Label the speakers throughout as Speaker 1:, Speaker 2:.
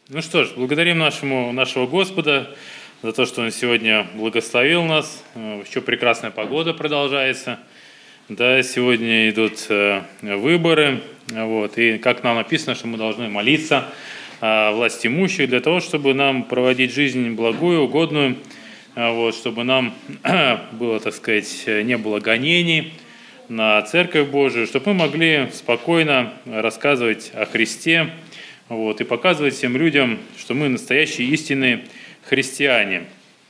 Speaker 1: Ну что ж, благодарим нашего Господа за то, что Он сегодня благословил нас. Еще прекрасная погода продолжается. Да, сегодня идут выборы. И как нам написано, что мы должны молиться о власть имущих для того, чтобы нам проводить жизнь благую, угодную, чтобы нам было, не было гонений на Церковь Божию, чтобы мы могли спокойно рассказывать о Христе, и показывать всем людям, что мы настоящие истинные христиане.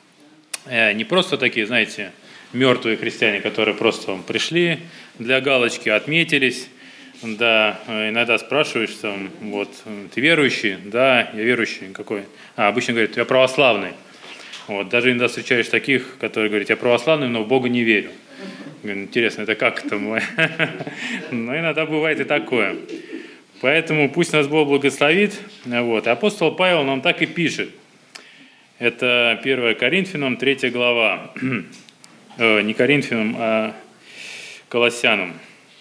Speaker 1: Не просто такие, мертвые христиане, которые просто пришли для галочки, отметились. Да, иногда спрашиваешь, ты верующий? Да, я верующий. Какой? Обычно говорят, я православный. Даже иногда встречаешь таких, которые говорят, я православный, но в Бога не верю. Интересно, это как это? Но иногда бывает и такое. Поэтому пусть нас Бог благословит. Апостол Павел нам так и пишет. Это 1 Коринфянам, 3 глава. Не Коринфянам, а Колоссянам.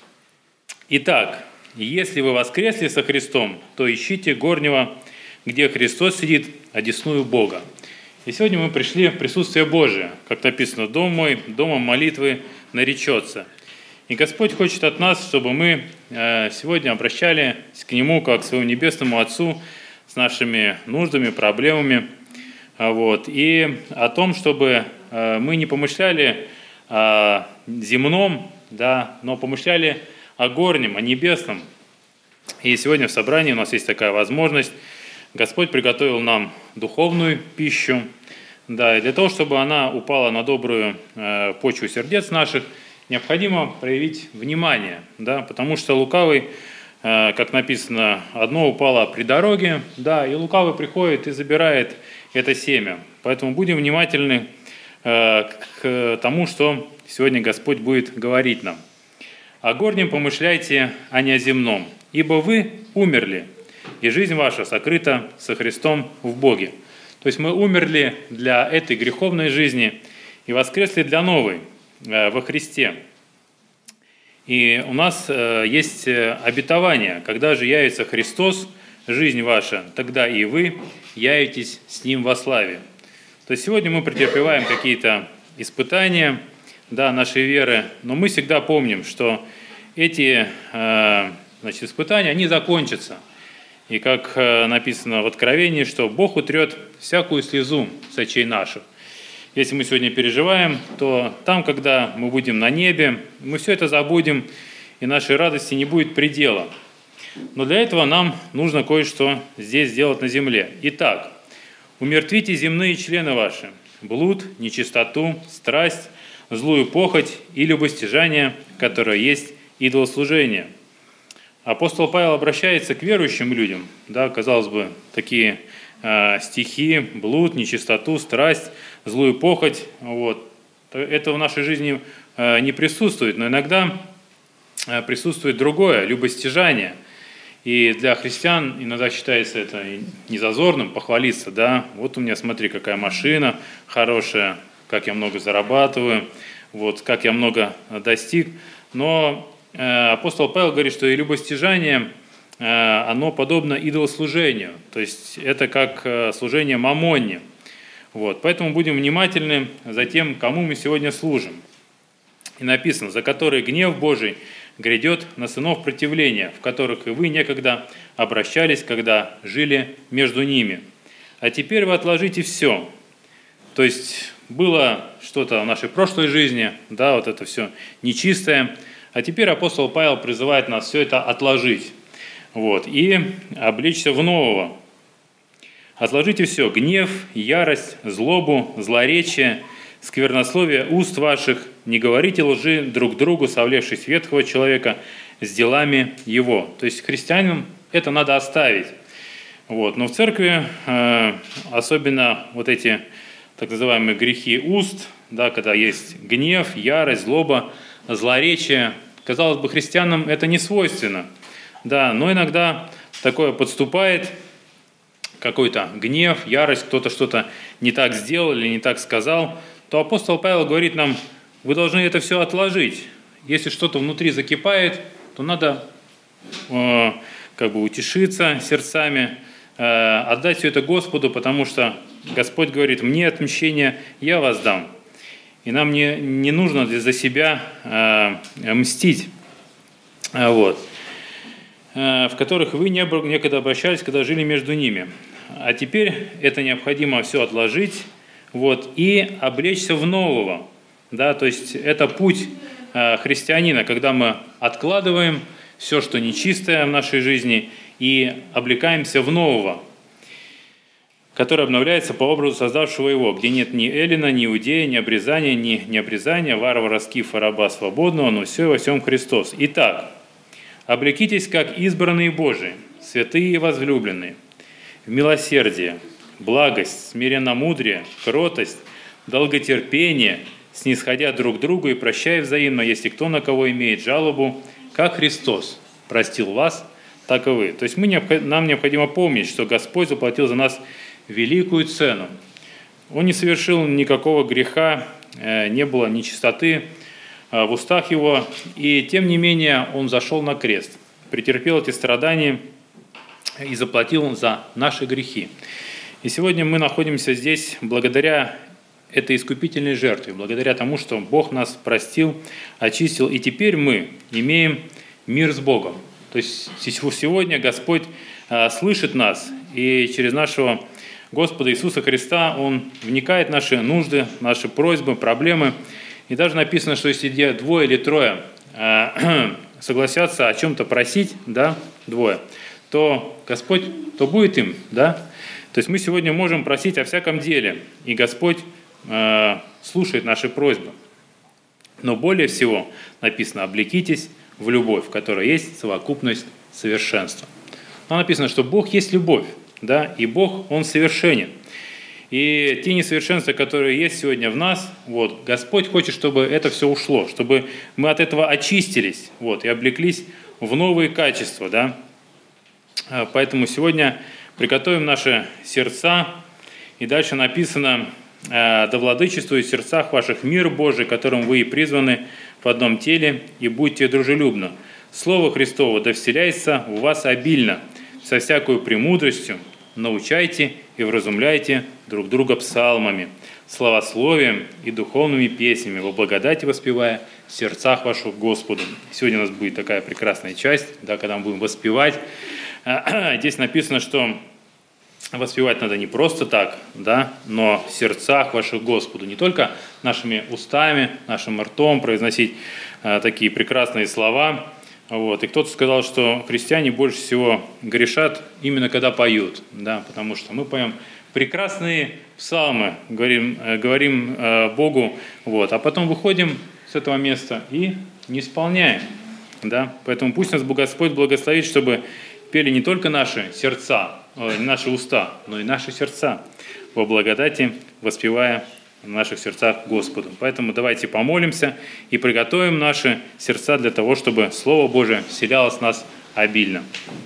Speaker 1: Итак, если вы воскресли со Христом, то ищите горнего, где Христос сидит, одесную Бога. И сегодня мы пришли в присутствие Божие. Как написано, «Дом мой, домом молитвы наречется». И Господь хочет от нас, чтобы мы сегодня обращались к Нему, как к Своему Небесному Отцу, с нашими нуждами, проблемами. И о том, чтобы мы не помышляли о земном, но помышляли о горнем, о небесном. И сегодня в собрании у нас есть такая возможность. Господь приготовил нам духовную пищу, и для того, чтобы она упала на добрую почву сердец наших, необходимо проявить внимание, потому что лукавый, как написано, одно упало при дороге, и лукавый приходит и забирает это семя. Поэтому будем внимательны к тому, что сегодня Господь будет говорить нам. «О горнем помышляйте, а не о земном, ибо вы умерли, и жизнь ваша сокрыта со Христом в Боге». То есть мы умерли для этой греховной жизни и воскресли для новой, во Христе. И у нас есть обетование, когда же явится Христос, жизнь ваша, тогда и вы явитесь с Ним во славе. То есть сегодня мы претерпеваем какие-то испытания нашей веры, но мы всегда помним, что эти испытания, они закончатся. И как написано в Откровении, что Бог утрет всякую слезу с очей наших. Если мы сегодня переживаем, то там, когда мы будем на небе, мы все это забудем, и нашей радости не будет предела. Но для этого нам нужно кое-что здесь сделать на земле. Итак, умертвите земные члены ваши, блуд, нечистоту, страсть, злую похоть и любостяжание, которое есть идолослужение. Апостол Павел обращается к верующим людям, казалось бы, такие стихи, блуд, нечистоту, страсть, злую похоть. Это в нашей жизни не присутствует, но иногда присутствует другое, любостяжание. И для христиан иногда считается это незазорным похвалиться, у меня, смотри, какая машина хорошая, как я много зарабатываю, как я много достиг. Но апостол Павел говорит, что и любостяжание, оно подобно идолослужению, то есть это как служение мамонне. Поэтому будем внимательны за тем, кому мы сегодня служим. И написано, за который гнев Божий грядет на сынов противления, в которых и вы некогда обращались, когда жили между ними. А теперь вы отложите все. То есть было что-то в нашей прошлой жизни, это все нечистое, а теперь апостол Павел призывает нас все это отложить, и облечься в нового. Отложите все: гнев, ярость, злобу, злоречие, сквернословие уст ваших, не говорите лжи друг другу, совлевшись ветхого человека с делами его. То есть христианам это надо оставить. Но в церкви особенно эти так называемые грехи уст, когда есть гнев, ярость, злоба, злоречие. Казалось бы, христианам это не свойственно. Но иногда такое подступает, какой-то гнев, ярость, кто-то что-то не так сделал или не так сказал, то апостол Павел говорит нам, вы должны это все отложить. Если что-то внутри закипает, то надо утешиться сердцами, отдать все это Господу, потому что Господь говорит: «Мне отмщение, я вас дам». И нам не нужно за себя мстить, в которых вы некогда обращались, когда жили между ними. А теперь это необходимо все отложить, и облечься в нового. Да, то есть это путь христианина, когда мы откладываем все, что нечистое в нашей жизни, и облекаемся в нового, который обновляется по образу создавшего его, где нет ни эллина, ни иудея, ни обрезания, ни необрезания, варвара, скифа, раба свободного, но все и во всем Христос. Итак, облекитесь, как избранные Божии, святые и возлюбленные, в милосердие, благость, смиренномудрие, кротость, долготерпение, снисходя друг к другу и прощая взаимно, если кто на кого имеет жалобу, как Христос простил вас, так и вы. То есть нам необходимо помнить, что Господь заплатил за нас великую цену. Он не совершил никакого греха, не было нечистоты в устах его, и тем не менее он зашел на крест, претерпел эти страдания и заплатил за наши грехи. И сегодня мы находимся здесь благодаря этой искупительной жертве, благодаря тому, что Бог нас простил, очистил, и теперь мы имеем мир с Богом. То есть сегодня Господь слышит нас, и через нашего Господа Иисуса Христа Он вникает в наши нужды, наши просьбы, проблемы. И даже написано, что если двое или трое согласятся о чем-то просить, двое, то Господь, то будет им, То есть мы сегодня можем просить о всяком деле, и Господь слушает наши просьбы. Но более всего написано: облекитесь в любовь, в которой есть совокупность совершенства. Там написано, что Бог есть любовь, и Бог, Он совершенен. И те несовершенства, которые есть сегодня в нас, Господь хочет, чтобы это все ушло, чтобы мы от этого очистились, и облеклись в новые качества, Поэтому сегодня приготовим наши сердца, и дальше написано: «Да владычествует в сердцах ваших мир Божий, которым вы и призваны в одном теле, и будьте дружелюбны. Слово Христово да вселяется в вас обильно, со всякою премудростью, научайте и вразумляйте друг друга псалмами, славословием и духовными песнями, во благодати воспевая в сердцах ваших Господу». Сегодня у нас будет такая прекрасная часть, когда мы будем воспевать. Здесь написано, что воспевать надо не просто так, но в сердцах ваших Господу. Не только нашими устами, нашим ртом произносить такие прекрасные слова. И кто-то сказал, что христиане больше всего грешат именно когда поют, потому что мы поем прекрасные псалмы, говорим Богу, а потом выходим с этого места и не исполняем. Поэтому пусть нас Господь благословит, чтобы пели не только наши сердца, наши уста, но и наши сердца во благодати, воспевая в наших сердцах Господу. Поэтому давайте помолимся и приготовим наши сердца для того, чтобы Слово Божие вселялось в нас обильно.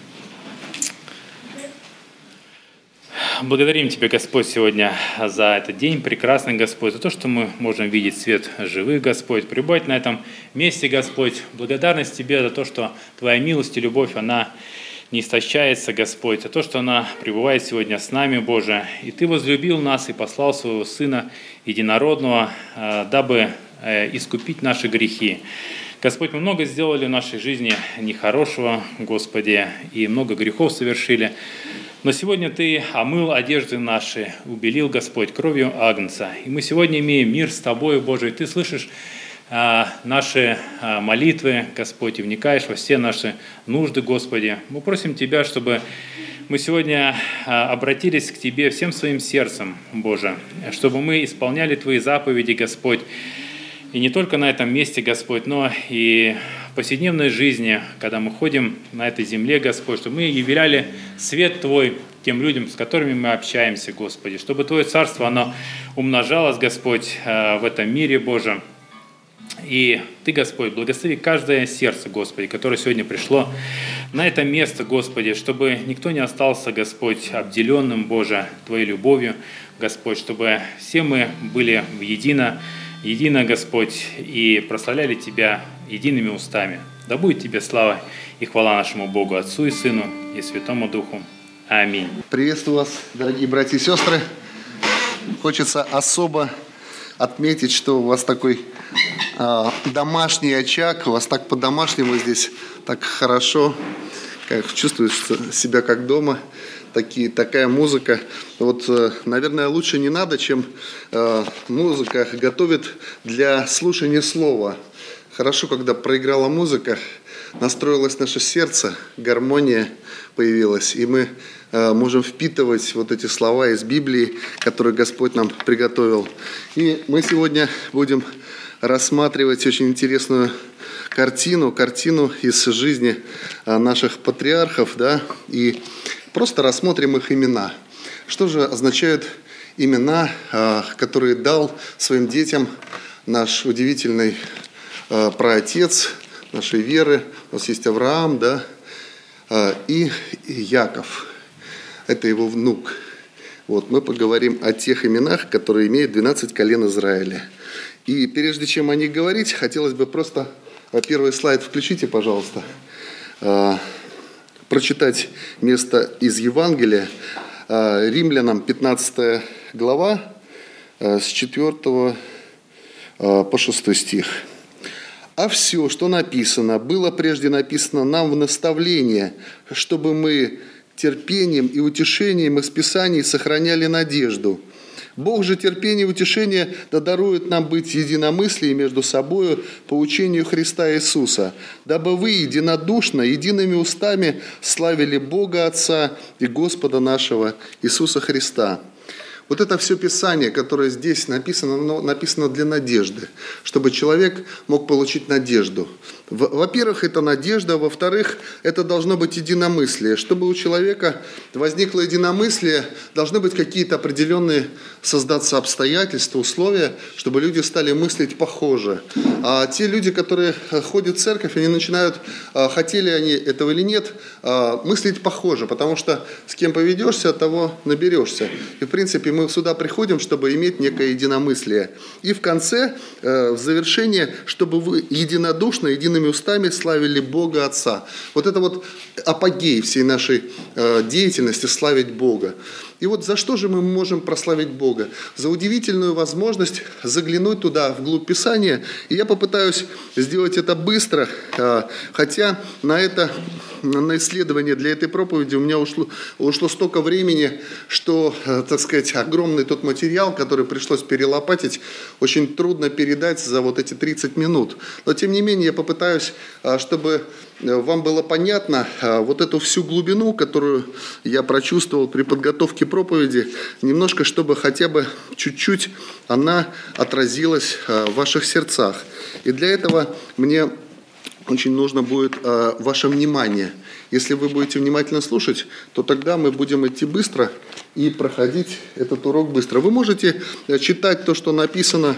Speaker 1: Благодарим Тебя, Господь, сегодня за этот день прекрасный, Господь, за то, что мы можем видеть свет живых, Господь, пребывать на этом месте, Господь. Благодарность Тебе за то, что Твоя милость и любовь, она не истощается, Господь, за то, что она пребывает сегодня с нами, Боже. И Ты возлюбил нас и послал Своего Сына Единородного, дабы искупить наши грехи. Господь, мы много сделали в нашей жизни нехорошего, Господи, и много грехов совершили. Но сегодня Ты омыл одежды наши, убелил, Господь, кровью Агнца. И мы сегодня имеем мир с Тобой, Боже, и Ты слышишь наши молитвы, Господь, и вникаешь во все наши нужды, Господи. Мы просим Тебя, чтобы мы сегодня обратились к Тебе всем своим сердцем, Боже, чтобы мы исполняли Твои заповеди, Господь, и не только на этом месте, Господь, но и в повседневной жизни, когда мы ходим на этой земле, Господь, чтобы мы являли свет Твой тем людям, с которыми мы общаемся, Господи, чтобы Твое Царство, оно умножалось, Господь, в этом мире, Боже. И Ты, Господь, благослови каждое сердце, Господи, которое сегодня пришло на это место, Господи, чтобы никто не остался, Господь, обделенным, Боже, Твоей любовью, Господь, чтобы все мы были едино, Господь, и прославляли Тебя едиными устами. Да будет Тебе слава и хвала нашему Богу, Отцу и Сыну и Святому Духу. Аминь.
Speaker 2: Приветствую вас, дорогие братья и сестры. Хочется особо отметить, что у вас такой домашний очаг, у вас так по-домашнему здесь, так хорошо, как чувствуешь себя как дома, такая музыка. Вот, наверное, лучше не надо, чем музыка готовит для слушания слова. Хорошо, когда проиграла музыка, настроилось наше сердце, гармония появилась, и мы можем впитывать вот эти слова из Библии, которые Господь нам приготовил. И мы сегодня будем рассматривать очень интересную картину из жизни наших патриархов, да, и просто рассмотрим их имена. Что же означают имена, которые дал своим детям наш удивительный праотец нашей веры? У нас есть Авраам, да, и Яков. Это его внук. Вот, мы поговорим о тех именах, которые имеют 12 колен Израиля. И прежде чем о них говорить, хотелось бы просто первый слайд включите, пожалуйста, прочитать место из Евангелия, Римлянам 15 глава, с 4 по 6 стих. «А все, что написано, было прежде написано нам в наставление, чтобы мы терпением и утешением из Писаний сохраняли надежду. Бог же терпение и утешение да дарует нам быть единомыслием между собою по учению Христа Иисуса, дабы вы единодушно, едиными устами славили Бога Отца и Господа нашего Иисуса Христа». Вот это все Писание, которое здесь написано, оно написано для надежды, чтобы человек мог получить надежду. Во-первых, это надежда, во-вторых, это должно быть единомыслие. Чтобы у человека возникло единомыслие, должны быть какие-то определенные создаться обстоятельства, условия, чтобы люди стали мыслить похоже. А те люди, которые ходят в церковь, они начинают, хотели они этого или нет, мыслить похоже, потому что с кем поведешься, от того наберешься. И в принципе мы сюда приходим, чтобы иметь некое единомыслие. И в конце, в завершение, чтобы вы единодушно, едиными устами славили Бога Отца. Вот это вот апогей всей нашей деятельности, славить Бога. И вот за что же мы можем прославить Бога? За удивительную возможность заглянуть туда, вглубь Писания. И я попытаюсь сделать это быстро, хотя на исследование для этой проповеди у меня ушло столько времени, что, так сказать, огромный тот материал, который пришлось перелопатить, очень трудно передать за вот эти 30 минут. Но, тем не менее, я попытаюсь, чтобы вам было понятно вот эту всю глубину, которую я прочувствовал при подготовке проповеди, немножко, чтобы хотя бы чуть-чуть она отразилась в ваших сердцах. И для этого мне очень нужно будет ваше внимание. Если вы будете внимательно слушать, то тогда мы будем идти быстро и проходить этот урок быстро. Вы можете читать то, что написано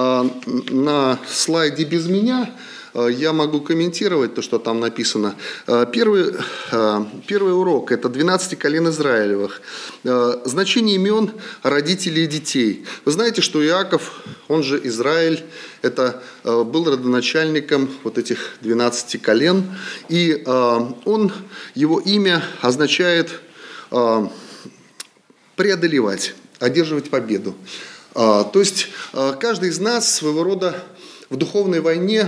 Speaker 2: на слайде без меня. Я могу комментировать то, что там написано. Первый урок – это 12 колен Израилевых. Значение имен родителей и детей. Вы знаете, что Иаков, он же Израиль, это был родоначальником вот этих 12 колен. И его имя означает преодолевать, одерживать победу. То есть каждый из нас своего рода в духовной войне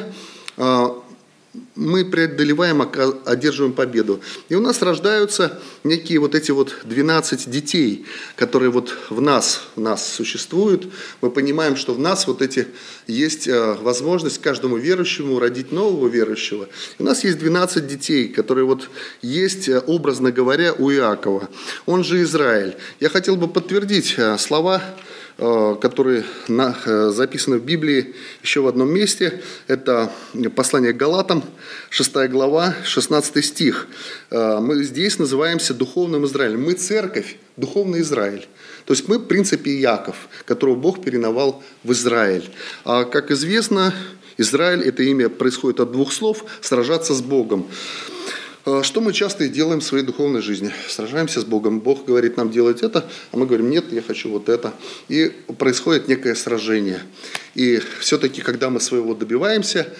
Speaker 2: мы преодолеваем, одерживаем победу. И у нас рождаются некие вот эти вот 12 детей, которые вот в нас существуют. Мы понимаем, что в нас вот эти есть возможность каждому верующему родить нового верующего. И у нас есть 12 детей, которые вот есть, образно говоря, у Иакова. Он же Израиль. Я хотел бы подтвердить слова, которые записаны в Библии еще в одном месте. Это послание к Галатам, 6 глава, 16 стих. Мы здесь называемся духовным Израилем. Мы церковь, духовный Израиль. То есть мы, в принципе, Яков, которого Бог переименовал в Израиль. А как известно, Израиль, это имя происходит от двух слов «сражаться с Богом». Что мы часто и делаем в своей духовной жизни? Сражаемся с Богом. Бог говорит нам делать это, а мы говорим, нет, я хочу вот это. И происходит некое сражение. И все-таки, когда мы своего добиваемся,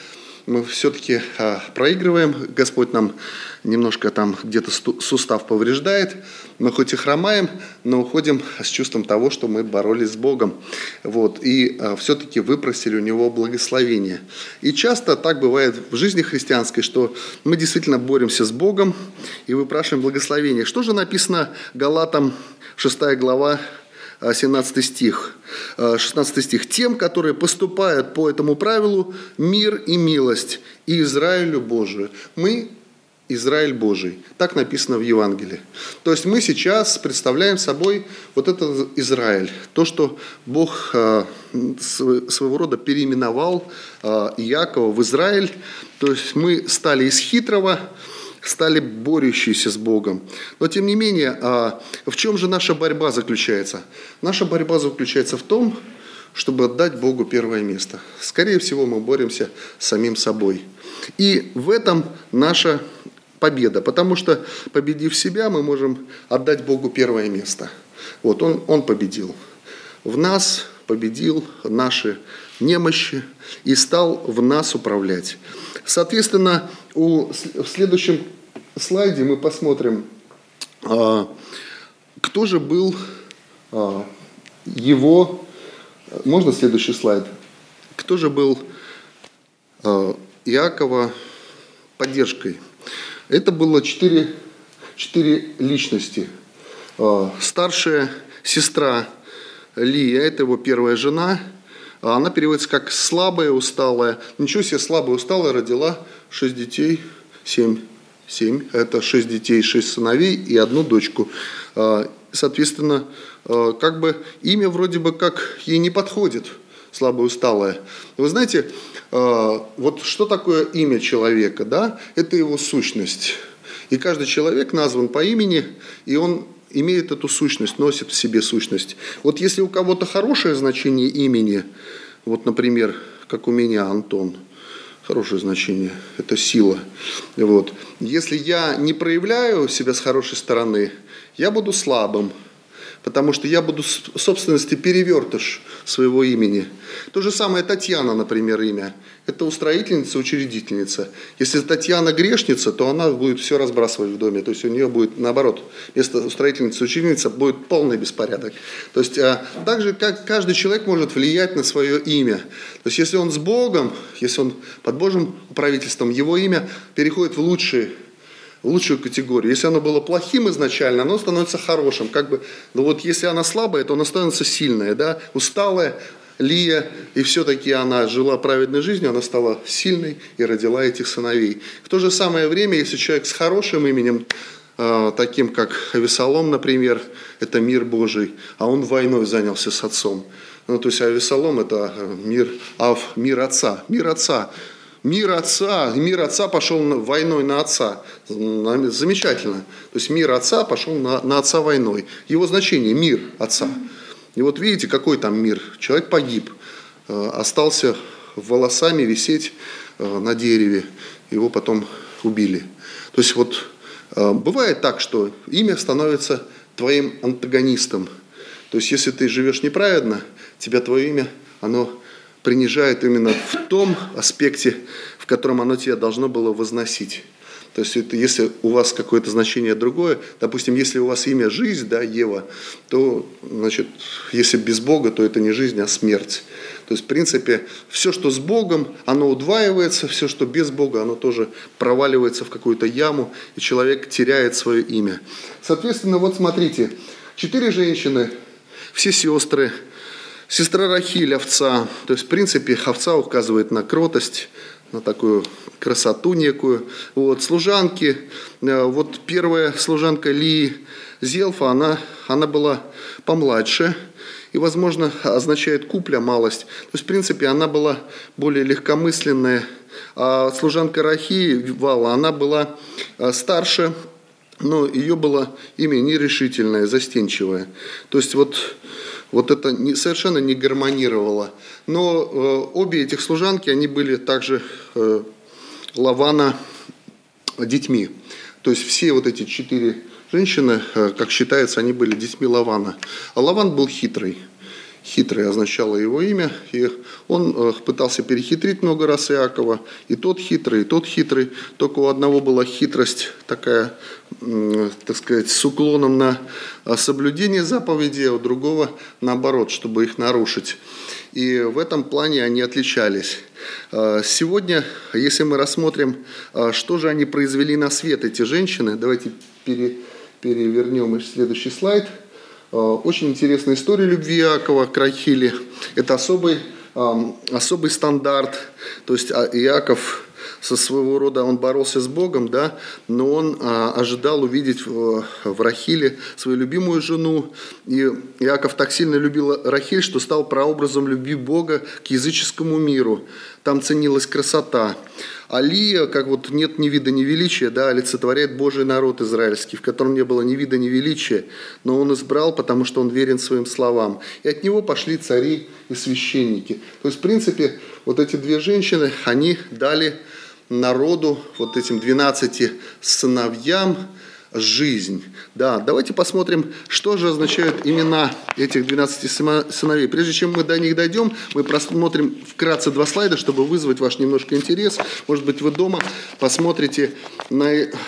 Speaker 2: мы все-таки проигрываем. Господь нам немножко там где-то сустав повреждает. Мы хоть и хромаем, но уходим с чувством того, что мы боролись с Богом. Вот, и все-таки выпросили у Него благословение. И часто так бывает в жизни христианской, что мы действительно боремся с Богом и выпрашиваем благословение. Что же написано Галатам 6 глава, 17 стих, 16 стих. «Тем, которые поступают по этому правилу, мир и милость, и Израилю Божию». Мы Израиль Божий. Так написано в Евангелии. То есть мы сейчас представляем собой вот этот Израиль. То, что Бог своего рода переименовал Иакова в Израиль. То есть мы стали из хитрого, стали борющиеся с Богом. Но тем не менее, в чем же наша борьба заключается? Наша борьба заключается в том, чтобы отдать Богу первое место. Скорее всего, мы боремся с самим собой. И в этом наша победа, потому что, победив себя, мы можем отдать Богу первое место. Вот, Он победил. В нас победил наши немощи и стал в нас управлять. Соответственно, в следующем слайде мы посмотрим, кто же был его... Можно следующий слайд? Кто же был Иакова поддержкой? Это было четыре личности. Старшая сестра Лия, это его первая жена. Она переводится как «слабая, усталая». Ничего себе, слабая, усталая, родила 6 детей, 7. Это 6 детей, 6 сыновей и 1 дочку. Соответственно, как бы имя вроде бы как ей не подходит, слабая, усталая. Вы знаете, вот что такое имя человека, да? Это его сущность. И каждый человек назван по имени, и он имеет эту сущность, носит в себе сущность. Вот если у кого-то хорошее значение имени, вот, например, как у меня Антон, хорошее значение, это сила. Вот. Если я не проявляю себя с хорошей стороны, я буду слабым, потому что я буду в собственности перевертыш своего имени. То же самое Татьяна, например, имя. Это устроительница, учредительница. Если Татьяна грешница, то она будет все разбрасывать в доме. То есть у нее будет, наоборот, вместо устроительницы, учредительница будет полный беспорядок. То есть так же, как каждый человек может влиять на свое имя. То есть если он с Богом, если он под Божьим правительством, его имя переходит в лучшую категорию. Если оно было плохим изначально, оно становится хорошим. Но вот если она слабая, то она становится сильная, да? Усталая Лия, и все-таки она жила праведной жизнью, она стала сильной и родила этих сыновей. В то же самое время, если человек с хорошим именем, таким как Авесолом, например, это мир Божий, а он войной занялся с отцом. Ну, то есть Авесолом это мир отца. Мир отца пошел войной на отца. Замечательно. То есть мир отца пошел на отца войной. Его значение – мир отца. И вот видите, какой там мир. Человек погиб, остался волосами висеть на дереве. Его потом убили. То есть вот бывает так, что имя становится твоим антагонистом. То есть если ты живешь неправедно, тебя твое имя, оно принижает именно в том аспекте, в котором оно тебя должно было возносить. То есть это, если у вас какое-то значение другое, допустим, если у вас имя жизнь, да, Ева, то, значит, если без Бога, то это не жизнь, а смерть. То есть, в принципе, все, что с Богом, оно удваивается, все, что без Бога, оно тоже проваливается в какую-то яму, и человек теряет свое имя. Соответственно, вот смотрите, 4 женщины, все сестры. Сестра Рахиль, овца. То есть, в принципе, овца указывает на кротость, на такую красоту некую. Вот, служанки. Вот первая служанка Лии, Зелфа, она была помладше. И, возможно, означает купля, малость. То есть, в принципе, она была более легкомысленная. А служанка Рахии, Вала, она была старше, но ее было имя нерешительное, застенчивое. То есть, вот это совершенно не гармонировало. Но обе этих служанки, они были также Лавана детьми. То есть все вот эти 4 женщины, как считается, они были детьми Лавана. А Лаван был хитрый. Хитрый означало его имя, и он пытался перехитрить много раз Иакова, и тот хитрый, только у одного была хитрость такая, так сказать, с уклоном на соблюдение заповедей, а у другого наоборот, чтобы их нарушить. И в этом плане они отличались. Сегодня, если мы рассмотрим, что же они произвели на свет, эти женщины, давайте перевернем следующий слайд. Очень интересная история любви Иакова к Рахиле. Это особый стандарт. То есть Иаков со своего рода, он боролся с Богом, да, но он ожидал увидеть в Рахиле свою любимую жену. И Иаков так сильно любил Рахиль, что стал прообразом любви Бога к языческому миру. Там ценилась красота. А Лия, как вот нет ни вида, ни величия, да, олицетворяет Божий народ израильский, в котором не было ни вида, ни величия, но он избрал, потому что он верен своим словам. И от него пошли цари и священники. То есть, в принципе, вот эти две женщины, они дали народу, вот этим 12 сыновьям, жизнь. Да, давайте посмотрим, что же означают имена этих 12 сыновей. Прежде чем мы до них дойдем, мы просмотрим вкратце 2 слайда, чтобы вызвать ваш немножко интерес. Может быть, вы дома посмотрите на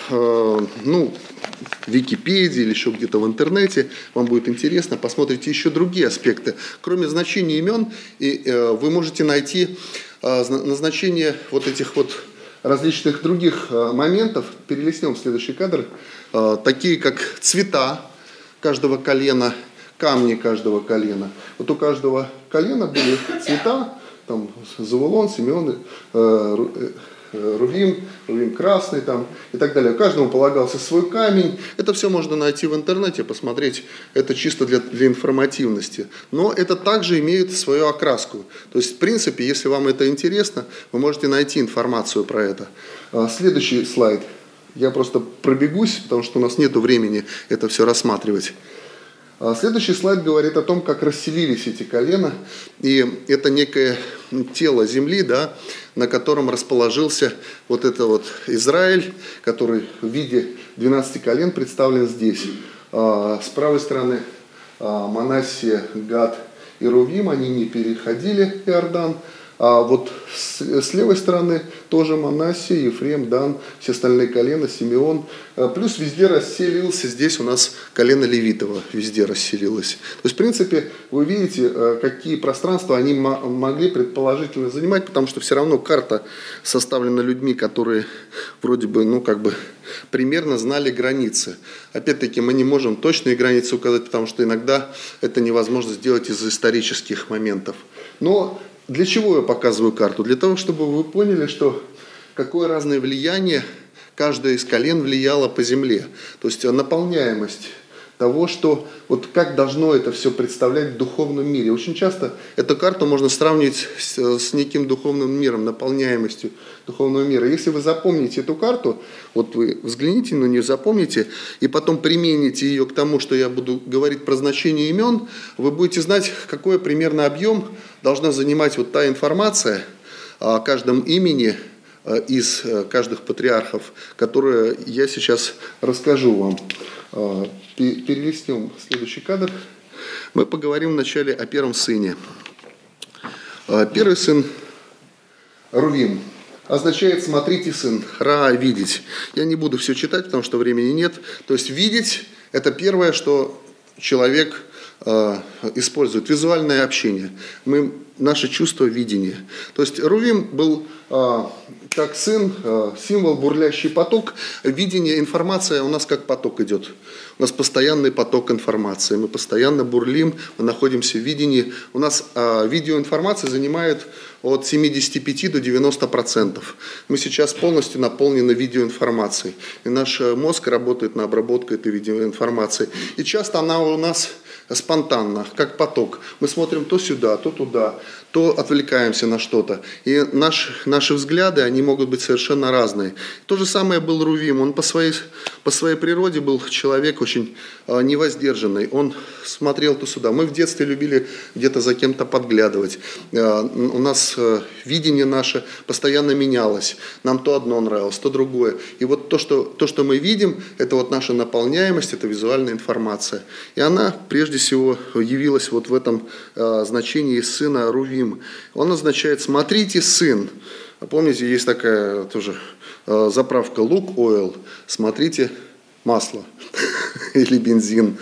Speaker 2: Википедии или еще где-то в интернете, вам будет интересно, посмотрите еще другие аспекты. Кроме значения имен, вы можете найти назначение вот этих вот различных других моментов. Перелистнем следующий кадр. Такие как цвета каждого колена, камни каждого колена. Вот у каждого колена были цвета, там Завулон, Симеон, Рувим красный там, и так далее. Каждому полагался свой камень. Это все можно найти в интернете, посмотреть. Это чисто для информативности. Но это также имеет свою окраску. То есть, в принципе, если вам это интересно, вы можете найти информацию про это. Следующий слайд. Я просто пробегусь, потому что у нас нет времени это все рассматривать. Следующий слайд говорит о том, как расселились эти колена. И это некое тело земли, да, на котором расположился вот это вот Израиль, который в виде 12 колен представлен здесь. С правой стороны Манассия, Гад и Рувим, они не переходили Иордан. А вот с левой стороны тоже Манассия, Ефрем, Дан, все остальные колена, Симеон. Плюс везде расселился, здесь у нас колено Левитово везде расселилось. То есть, в принципе, вы видите, какие пространства они могли предположительно занимать, потому что все равно карта составлена людьми, которые вроде бы, примерно знали границы. Опять-таки, мы не можем точные границы указать, потому что иногда это невозможно сделать из-за исторических моментов. Но для чего я показываю карту? Для того, чтобы вы поняли, что какое разное влияние каждое из колен влияло по земле. То есть наполняемость того, что вот как должно это все представлять в духовном мире. Очень часто эту карту можно сравнивать с неким духовным миром, наполняемостью духовного мира. Если вы запомните эту карту, вот вы взгляните на нее, запомните, и потом примените ее к тому, что я буду говорить про значение имен, вы будете знать, какой примерно объем должна занимать вот та информация о каждом имени из каждых патриархов, которую я сейчас расскажу вам. Перелистнем следующий кадр. Мы поговорим вначале о первом сыне. Первый сын Рувим означает «смотрите, сын», «ра» – «видеть». Я не буду все читать, потому что времени нет. То есть видеть – это первое, что человек использует. Визуальное общение. Наше чувство видения. То есть Рувим был как сын, символ, бурлящий поток. Видение, информация у нас как поток идет. У нас постоянный поток информации. Мы постоянно бурлим, мы находимся в видении. У нас видеоинформация занимает от 75 до 90%. Мы сейчас полностью наполнены видеоинформацией. И наш мозг работает на обработку этой видеоинформации. И часто она у нас спонтанно, как поток. Мы смотрим то сюда, то туда, то отвлекаемся на что-то. И наши взгляды, они могут быть совершенно разные. То же самое был Рувим. Он по своей природе был человек очень невоздержанный. Он смотрел то сюда. Мы в детстве любили где-то за кем-то подглядывать. У нас видение наше постоянно менялось. Нам то одно нравилось, то другое. И вот то, что мы видим, это вот наша наполняемость, это визуальная информация. И она, прежде всего, явилась вот в этом значении сына Рувим. Он означает «смотрите, сын». Помните, есть такая тоже заправка «Look Oil», «смотрите, масло» или бензин.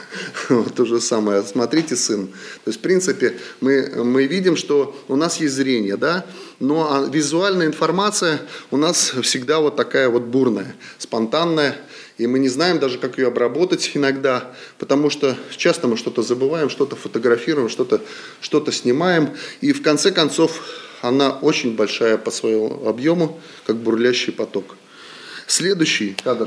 Speaker 2: То же самое. Смотрите, сын. То есть, в принципе, мы видим, что у нас есть зрение, да, но визуальная информация у нас всегда вот такая вот бурная, спонтанная, и мы не знаем даже, как ее обработать иногда, потому что часто мы что-то забываем, что-то фотографируем, что-то снимаем, и в конце концов она очень большая по своему объему, как бурлящий поток. Следующий кадр.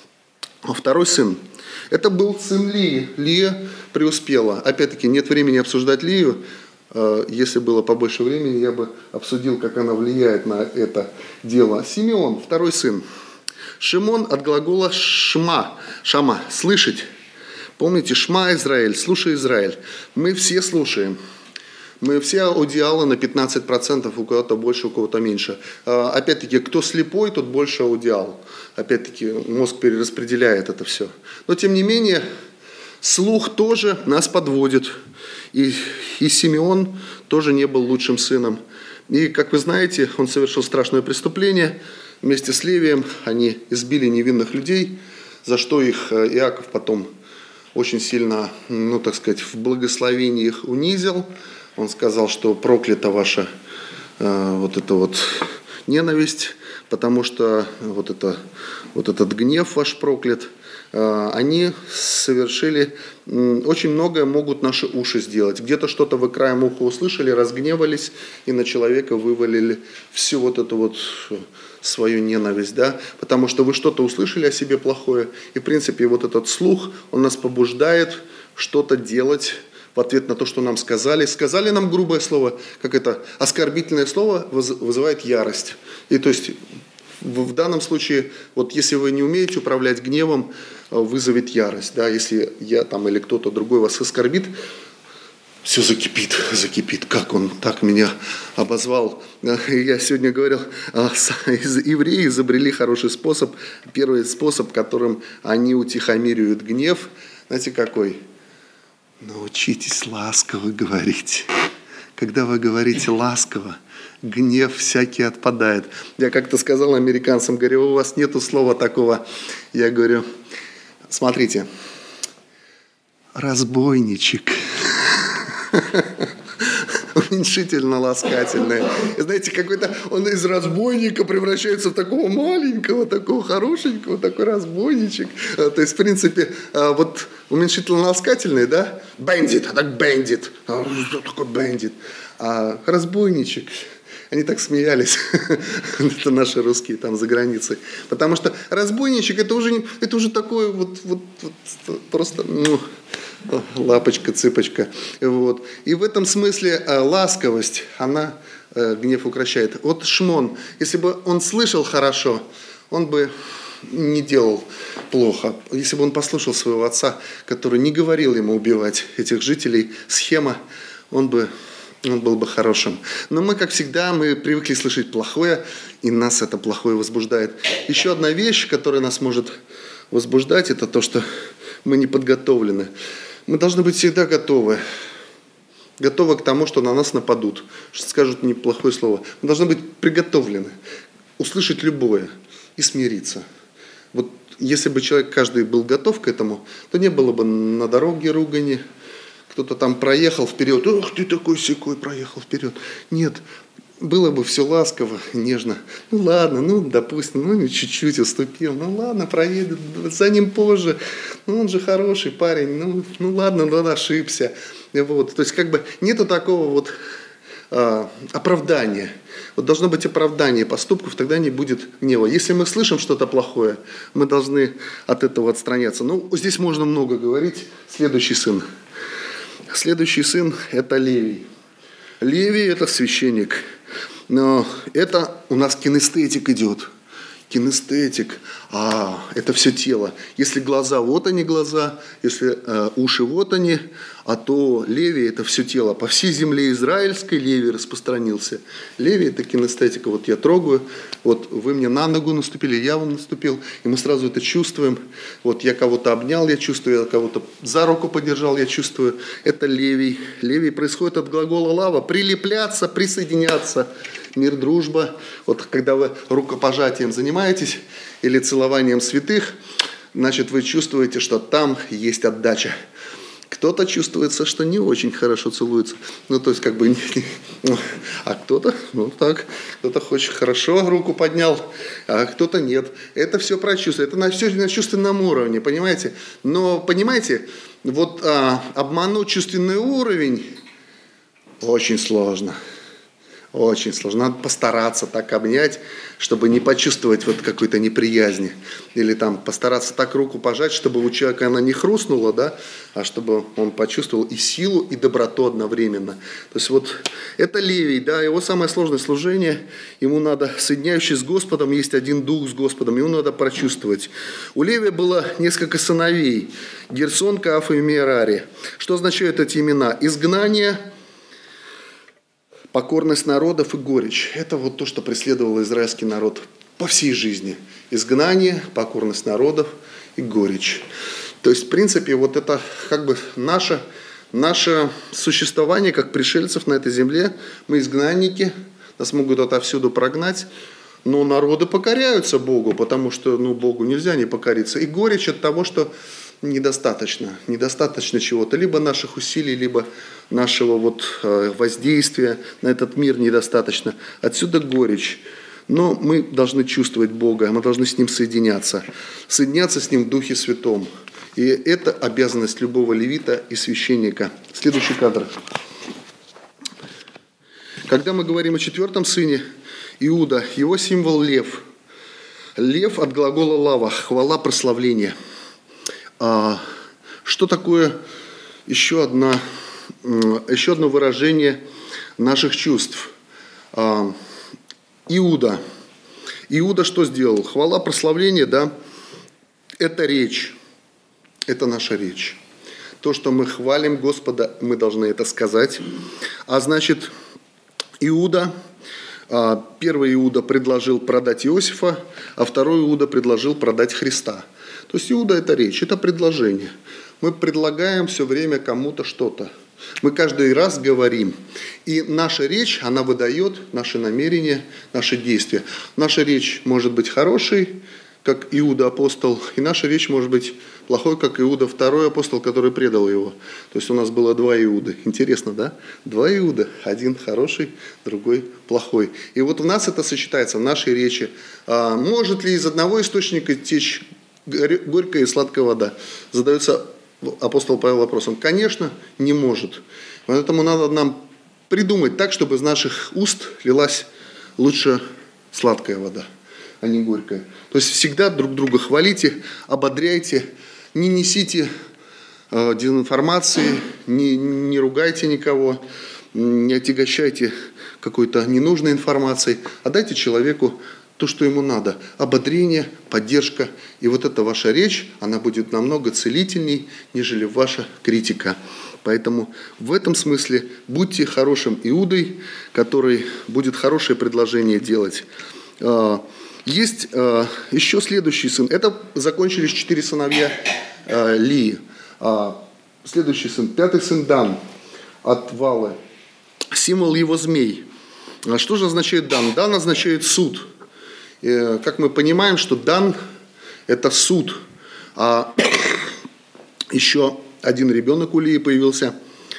Speaker 2: Второй сын. Это был сын Лии. Лия преуспела. Опять-таки, нет времени обсуждать Лию. Если было побольше времени, я бы обсудил, как она влияет на это дело. Симеон, второй сын. Шимон от глагола шма, шама, слышать. Помните, шма Израиль, слушай Израиль. Мы все слушаем. Мы все аудиалы на 15%, у кого-то больше, у кого-то меньше. Опять-таки, кто слепой, тот больше аудиал. Опять-таки, мозг перераспределяет это все. Но, тем не менее, слух тоже нас подводит. И Симеон тоже не был лучшим сыном. И, как вы знаете, он совершил страшное преступление. Вместе с Левием они избили невинных людей, за что их Иаков потом очень сильно, так сказать, в благословении их унизил. Он сказал, что проклята ваша вот эта вот ненависть, потому что вот этот гнев ваш проклят. Они совершили, очень многое могут наши уши сделать. Где-то что-то вы краем уха услышали, разгневались, и на человека вывалили всю вот эту вот свою ненависть, да, потому что вы что-то услышали о себе плохое, и в принципе вот этот слух, он нас побуждает что-то делать в ответ на то, что нам сказали. Сказали нам грубое слово, как это оскорбительное слово вызывает ярость. И то есть в данном случае, вот если вы не умеете управлять гневом, вызовет ярость. Да? Если я там или кто-то другой вас оскорбит, все закипит. Как он так меня обозвал. Я сегодня говорил, евреи изобрели хороший способ. Первый способ, которым они утихомиривают гнев, знаете какой? Научитесь ласково говорить. Когда вы говорите ласково, гнев всякий отпадает. Я как-то сказал американцам, говорю, у вас нету слова такого. Я говорю, смотрите, разбойничек. Уменьшительно-ласкательное. Знаете, какой-то он из разбойника превращается в такого маленького, такого хорошенького, такой разбойничек. То есть, в принципе, вот уменьшительно-ласкательный, да? Бандит, а так бандит. Что такое бандит? А разбойничек. Они так смеялись, это наши русские там за границей. Потому что разбойничек это уже такое вот просто лапочка-цыпочка. Вот. И в этом смысле ласковость, она гнев укращает. Вот Шмон, если бы он слышал хорошо, он бы не делал плохо. Если бы он послушал своего отца, который не говорил ему убивать этих жителей, схема, он был бы хорошим. Но мы, как всегда, мы привыкли слышать плохое, и нас это плохое возбуждает. Еще одна вещь, которая нас может возбуждать, это то, что мы не подготовлены. Мы должны быть всегда готовы. Готовы к тому, что на нас нападут, что скажут неплохое слово. Мы должны быть приготовлены, услышать любое и смириться. Вот если бы человек каждый был готов к этому, то не было бы на дороге ругани. Кто-то там проехал вперед, ох, ты такой сякой проехал вперед. Нет, было бы все ласково, нежно. Ну ладно, допустим, чуть-чуть уступил. Ну ладно, проедет, за ним позже. Ну он же хороший парень, ну ладно, он ошибся. Вот. То есть как бы нету такого вот оправдания. Вот должно быть оправдание поступков, тогда не будет гнева. Если мы слышим что-то плохое, мы должны от этого отстраняться. Здесь можно много говорить. Следующий сын. Следующий сын – это Левий. Левий – это священник. Но это у нас кинестетик идет. кинестетик, это все тело. Если глаза, вот они глаза, если уши, вот они, а то Левий – это все тело. По всей земле израильской Левий распространился. Левий – это кинестетика. Вот я трогаю, вот вы мне на ногу наступили, я вам наступил, и мы сразу это чувствуем. Вот я кого-то обнял, я чувствую, я кого-то за руку подержал, я чувствую. Это Левий. Левий происходит от глагола лава – прилепляться, присоединяться. Мир, дружба. Вот когда вы рукопожатием занимаетесь или целованием святых, значит, вы чувствуете, что там есть отдача. Кто-то чувствуется, что не очень хорошо целуется. То есть, а кто-то, кто-то хочет хорошо руку поднял, а кто-то нет. Это все про чувства. Это все на чувственном уровне, понимаете? Но, понимаете, вот обмануть чувственный уровень очень сложно. Очень сложно. Надо постараться так обнять, чтобы не почувствовать вот какой-то неприязни. Или там постараться так руку пожать, чтобы у человека она не хрустнула, да, а чтобы он почувствовал и силу, и доброту одновременно. То есть вот это Левий, да, его самое сложное служение. Ему надо, соединяющий с Господом, есть один дух с Господом, ему надо прочувствовать. У Левия было несколько сыновей: Герсон, Кааф и Мерари. Что означают эти имена? Изгнание, покорность народов и горечь. Это вот то, что преследовало израильский народ по всей жизни. Изгнание, покорность народов и горечь. То есть, в принципе, вот это как бы наше существование как пришельцев на этой земле. Мы изгнанники, нас могут отовсюду прогнать, но народы покоряются Богу, потому что Богу нельзя не покориться. И горечь от того, что недостаточно чего-то, либо наших усилий, либо нашего воздействия на этот мир недостаточно. Отсюда горечь. Но мы должны чувствовать Бога, мы должны с Ним соединяться с Ним в Духе Святом. И это обязанность любого левита и священника. Следующий кадр. Когда мы говорим о 4-м сыне, Иуда, его символ лев. Лев от глагола лава, хвала, прославление. Что такое еще одно выражение наших чувств? Иуда. Иуда что сделал? Хвала, прославление, да? Это речь. Это наша речь. То, что мы хвалим Господа, мы должны это сказать. А значит, Иуда, первый Иуда предложил продать Иосифа, а второй Иуда предложил продать Христа. То есть Иуда – это речь, это предложение. Мы предлагаем все время кому-то что-то. Мы каждый раз говорим. И наша речь, она выдает наши намерения, наши действия. Наша речь может быть хорошей, как Иуда апостол, и наша речь может быть плохой, как Иуда второй апостол, который предал его. То есть у нас было 2 Иуды. Интересно, да? 2 Иуды. Один хороший, другой плохой. И вот у нас это сочетается в нашей речи. Может ли из одного источника течь горькая и сладкая вода? Задается апостол Павел вопросом. Конечно, не может. Поэтому надо нам придумать так, чтобы из наших уст лилась лучше сладкая вода, а не горькая. То есть всегда друг друга хвалите, ободряйте, не несите дезинформации, не ругайте никого, не отягощайте какой-то ненужной информацией, а дайте человеку то, что ему надо. Ободрение, поддержка. И вот эта ваша речь, она будет намного целительней, нежели ваша критика. Поэтому в этом смысле будьте хорошим Иудой, который будет хорошее предложение делать. Есть еще следующий сын. Это закончились 4 сыновья Лии. Следующий сын, 5-й сын Дан от Валы. Символ его змей. Что же означает Дан? Дан означает суд. Как мы понимаем, что Дан – это суд. А еще один ребенок у Лии появился.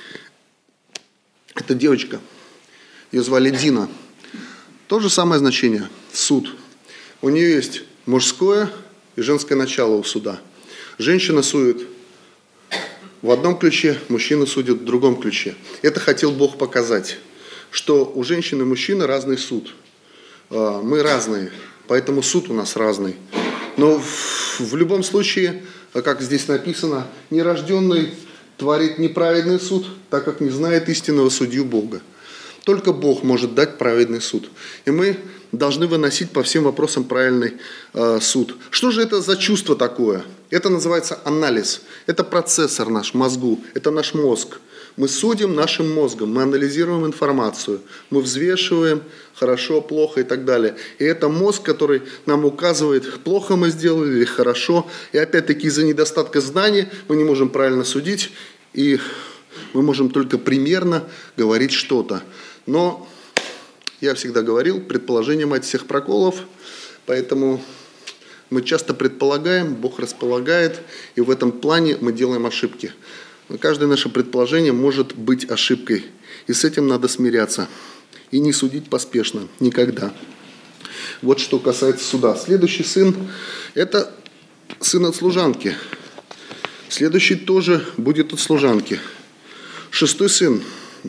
Speaker 2: Это девочка. Ее звали Дина. То же самое значение – суд. У нее есть мужское и женское начало у суда. Женщина судит в одном ключе, мужчина судит в другом ключе. Это хотел Бог показать, что у женщины и мужчины разный суд. Мы разные, поэтому суд у нас разный. Но в любом случае, как здесь написано, нерожденный творит неправедный суд, так как не знает истинного судью Бога. Только Бог может дать праведный суд. И мы должны выносить по всем вопросам правильный суд. Что же это за чувство такое? Это называется анализ. Это процессор наш в мозгу, это наш мозг. Мы судим нашим мозгом, мы анализируем информацию, мы взвешиваем хорошо, плохо и так далее. И это мозг, который нам указывает, плохо мы сделали или хорошо. И опять-таки из-за недостатка знаний мы не можем правильно судить, и мы можем только примерно говорить что-то. Но я всегда говорил, предположение мать всех проколов, поэтому мы часто предполагаем, Бог располагает, и в этом плане мы делаем ошибки. Каждое наше предположение может быть ошибкой, и с этим надо смиряться. И не судить поспешно, никогда. Вот что касается суда. Следующий сын – это сын от служанки. Следующий тоже будет от служанки. 6-й сын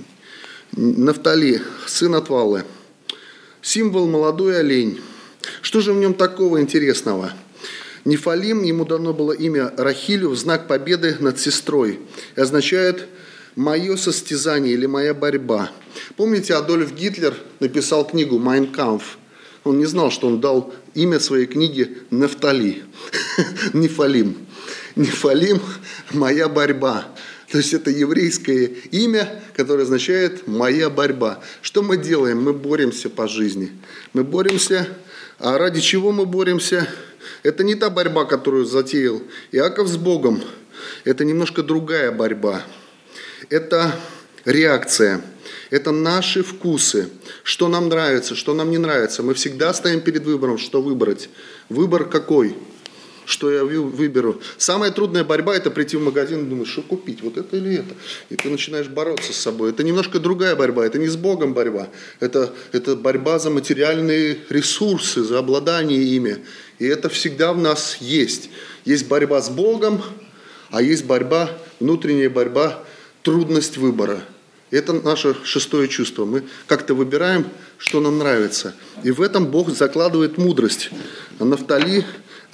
Speaker 2: – Нафтали, сын от Валлы. Символ – молодой олень. Что же в нем такого интересного? Нефалим, ему дано было имя Рахилю в знак победы над сестрой. И означает «мое состязание» или «моя борьба». Помните, Адольф Гитлер написал книгу «Mein Kampf». Он не знал, что он дал имя своей книге Нафтали. Нефалим. Нефалим – «моя борьба». То есть это еврейское имя, которое означает «моя борьба». Что мы делаем? Мы боремся по жизни. Мы боремся, а ради чего мы боремся? Это не та борьба, которую затеял Иаков с Богом. Это немножко другая борьба. Это реакция. Это наши вкусы. Что нам нравится, что нам не нравится. Мы всегда стоим перед выбором, что выбрать. Выбор какой? Что я выберу? Самая трудная борьба – это прийти в магазин и думать, что купить, вот это или это. И ты начинаешь бороться с собой. Это немножко другая борьба, это не с Богом борьба. Это борьба за материальные ресурсы, за обладание ими. И это всегда в нас есть. Есть борьба с Богом, а есть борьба, внутренняя борьба, трудность выбора. Это наше 6-е чувство. Мы как-то выбираем, что нам нравится. И в этом Бог закладывает мудрость. А Нафтали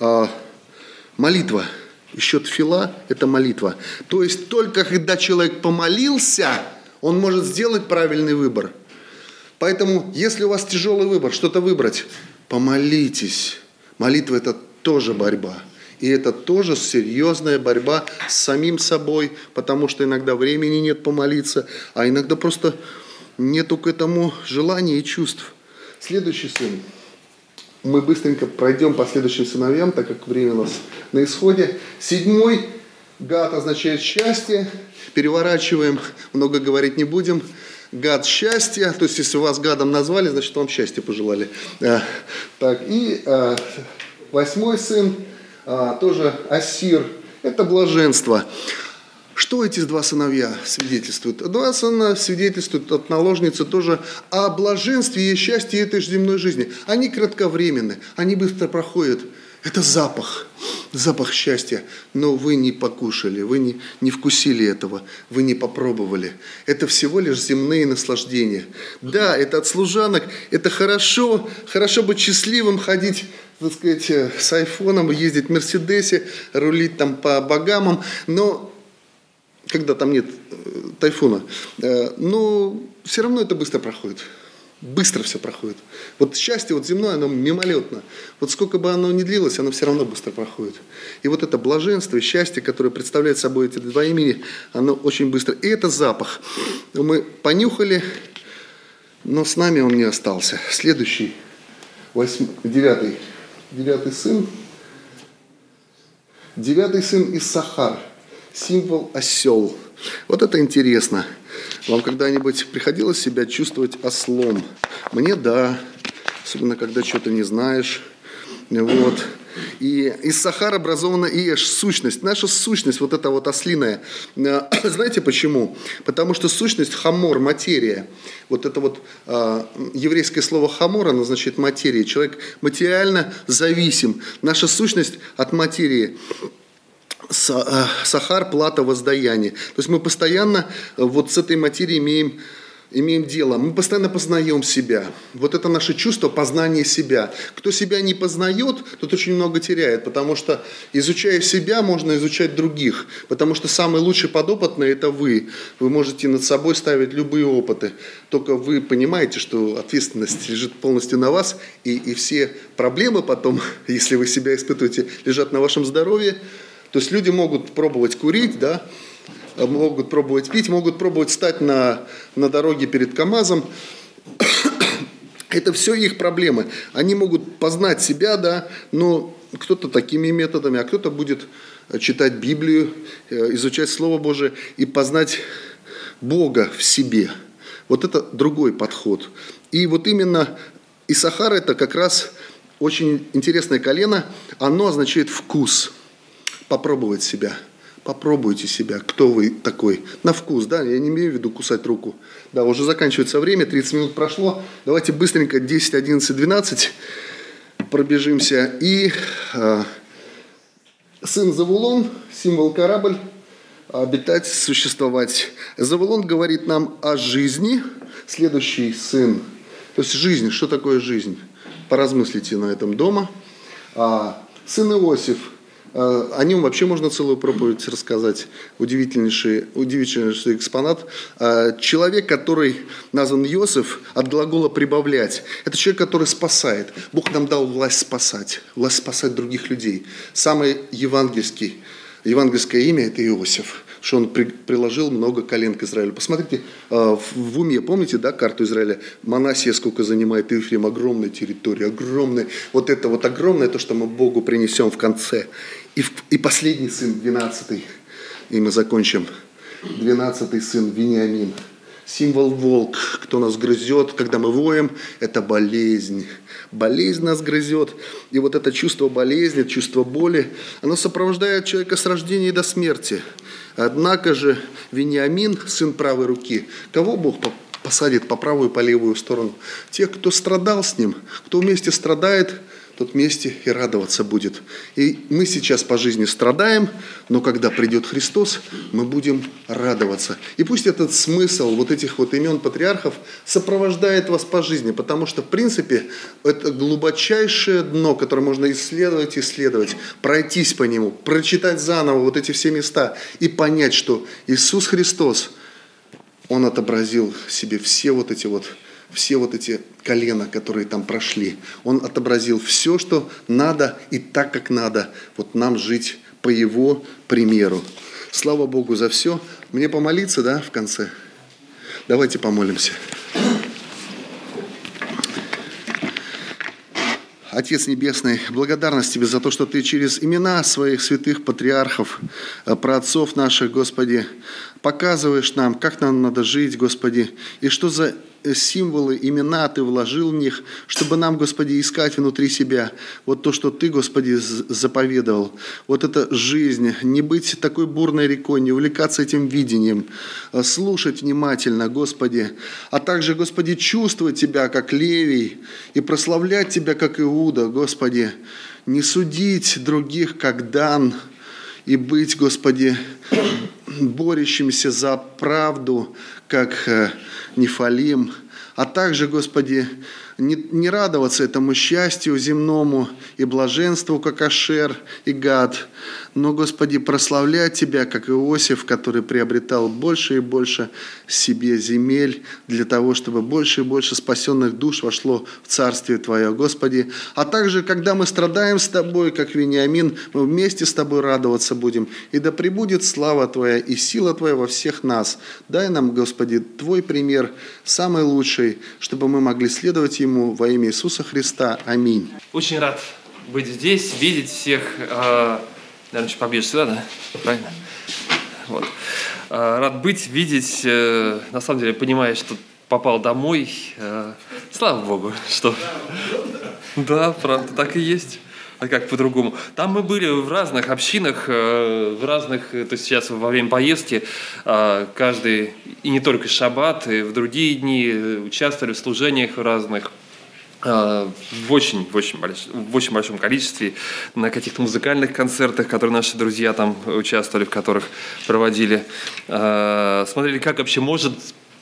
Speaker 2: молитва. Еще тфила – это молитва. То есть только когда человек помолился, он может сделать правильный выбор. Поэтому, если у вас тяжелый выбор, что-то выбрать, помолитесь. Молитва – это тоже борьба. И это тоже серьезная борьба с самим собой, потому что иногда времени нет помолиться, а иногда просто нету к этому желания и чувств. Следующий сын. Мы быстренько пройдем по следующим сыновьям, так как время у нас на исходе. 7-й Гад означает счастье. Переворачиваем, много говорить не будем. Гад – счастье. То есть, если вас Гадом назвали, значит, вам счастье пожелали. Так, и 8-й сын, тоже Ассир. Это блаженство. Что эти два сыновья свидетельствуют? Два сына свидетельствуют от наложницы тоже о блаженстве и счастье этой же земной жизни. Они кратковременны, они быстро проходят. Это запах счастья. Но вы не покушали, вы не вкусили этого, вы не попробовали. Это всего лишь земные наслаждения. Да, это от служанок, это хорошо быть счастливым, ходить, так сказать, с айфоном, ездить в Мерседесе, рулить там по Багамам, но когда там нет тайфуна, но все равно это быстро проходит. Быстро все проходит. Вот счастье вот земное, оно мимолетно. Вот сколько бы оно ни длилось, оно все равно быстро проходит. И вот это блаженство и счастье, которое представляет собой эти два имени, оно очень быстро. И это запах. Мы понюхали, но с нами он не остался. Следующий, 9-й сын. 9-й сын Иссахар. Символ осел. Вот это интересно. Вам когда-нибудь приходилось себя чувствовать ослом? Мне да. Особенно, когда что-то не знаешь. Вот. И Иссахар образована Иеш, сущность. Наша сущность, вот эта вот ослиная. Знаете почему? Потому что сущность хамор, материя. Вот это вот еврейское слово хамор, оно значит материя. Человек материально зависим. Наша сущность от материи. Сахар, плата, воздаяние. То есть мы постоянно вот с этой материей имеем имеем дело, мы постоянно познаем себя. Вот это наше чувство познания себя. Кто себя не познает, тот очень много теряет, потому что, изучая себя, можно изучать других. Потому что самый лучший подопытный – это вы. Вы можете над собой ставить любые опыты. Только вы понимаете, что ответственность лежит полностью на вас, и все проблемы потом, если вы себя испытываете, лежат на вашем здоровье. То есть люди могут пробовать курить, да, могут пробовать пить, могут пробовать стать на дороге перед КАМАЗом. Это все их проблемы. Они могут познать себя, да, но кто-то такими методами, а кто-то будет читать Библию, изучать Слово Божие и познать Бога в себе. Вот это другой подход. И вот именно Иссахар – это как раз очень интересное колено. Оно означает «вкус», попробовать себя. Попробуйте себя, кто вы такой, на вкус, да, я не имею в виду кусать руку. Да, уже заканчивается время, 30 минут прошло, давайте быстренько 10, 11, 12 пробежимся. И сын Завулон, символ корабль, обитать, существовать. Завулон говорит нам о жизни, следующий сын, то есть жизнь, что такое жизнь? Поразмыслите на этом дома. Сын Иосиф. О нем вообще можно целую проповедь рассказать. Удивительнейший экспонат. Человек, который назван Иосиф, от глагола «прибавлять». Это человек, который спасает. Бог нам дал власть спасать других людей. Самое евангельское имя – это Иосиф, что он приложил много колен к Израилю. Посмотрите, в уме, помните, да, карту Израиля? Манассия сколько занимает, Ефрем, огромная территория, огромная. Вот это вот огромное, то, что мы Богу принесем в конце. И последний сын, 12-й, и мы закончим. 12-й сын, Вениамин. Символ волк, кто нас грызет, когда мы воем, это болезнь. Болезнь нас грызет. И вот это чувство болезни, чувство боли, оно сопровождает человека с рождения до смерти. Однако же Вениамин, сын правой руки, кого Бог посадит по правую и по левую сторону? Тех, кто страдал с ним, кто вместе страдает, тот вместе и радоваться будет. И мы сейчас по жизни страдаем, но когда придет Христос, мы будем радоваться. И пусть этот смысл вот этих вот имен патриархов сопровождает вас по жизни, потому что, в принципе, это глубочайшее дно, которое можно исследовать, пройтись по нему, прочитать заново вот эти все места и понять, что Иисус Христос, Он отобразил в себе все вот эти колена, которые там прошли. Он отобразил все, что надо и так, как надо. Вот нам жить по Его примеру. Слава Богу за все. Мне помолиться, да, в конце? Давайте помолимся. Отец Небесный, благодарность Тебе за то, что Ты через имена своих святых патриархов, праотцов наших, Господи, показываешь нам, как нам надо жить, Господи, и что за символы, имена Ты вложил в них, чтобы нам, Господи, искать внутри себя вот то, что Ты, Господи, заповедовал. Вот эта жизнь, не быть такой бурной рекой, не увлекаться этим видением, слушать внимательно, Господи, а также, Господи, чувствовать Тебя, как Левий, и прославлять Тебя, как Иуда, Господи, не судить других, как Дан, и быть, Господи, борющимся за правду, как Нефалим, а также, Господи, не радоваться этому счастью земному и блаженству, как Ашер и Гад, но, Господи, прославлять Тебя, как Иосиф, который приобретал больше и больше себе земель для того, чтобы больше и больше спасенных душ вошло в Царствие Твое, Господи. А также, когда мы страдаем с Тобой, как Вениамин, мы вместе с Тобой радоваться будем. И да пребудет слава Твоя и сила Твоя во всех нас. Дай нам, Господи, Твой пример самый лучший, чтобы мы могли следовать Ему во имя Иисуса Христа. Аминь.
Speaker 3: Очень рад быть здесь, видеть всех. Наверное, чуть поближе сюда, да? Правильно? Вот. Рад быть, видеть. На самом деле, понимаю, что попал домой. Слава Богу, что... Да, правда, так и есть. А как по-другому? Там мы были в разных общинах, в разных... То есть сейчас во время поездки каждый, и не только шаббат, и в другие дни участвовали в служениях разных. В очень большом количестве, на каких-то музыкальных концертах, которые наши друзья там участвовали, в которых проводили. Смотрели, как вообще может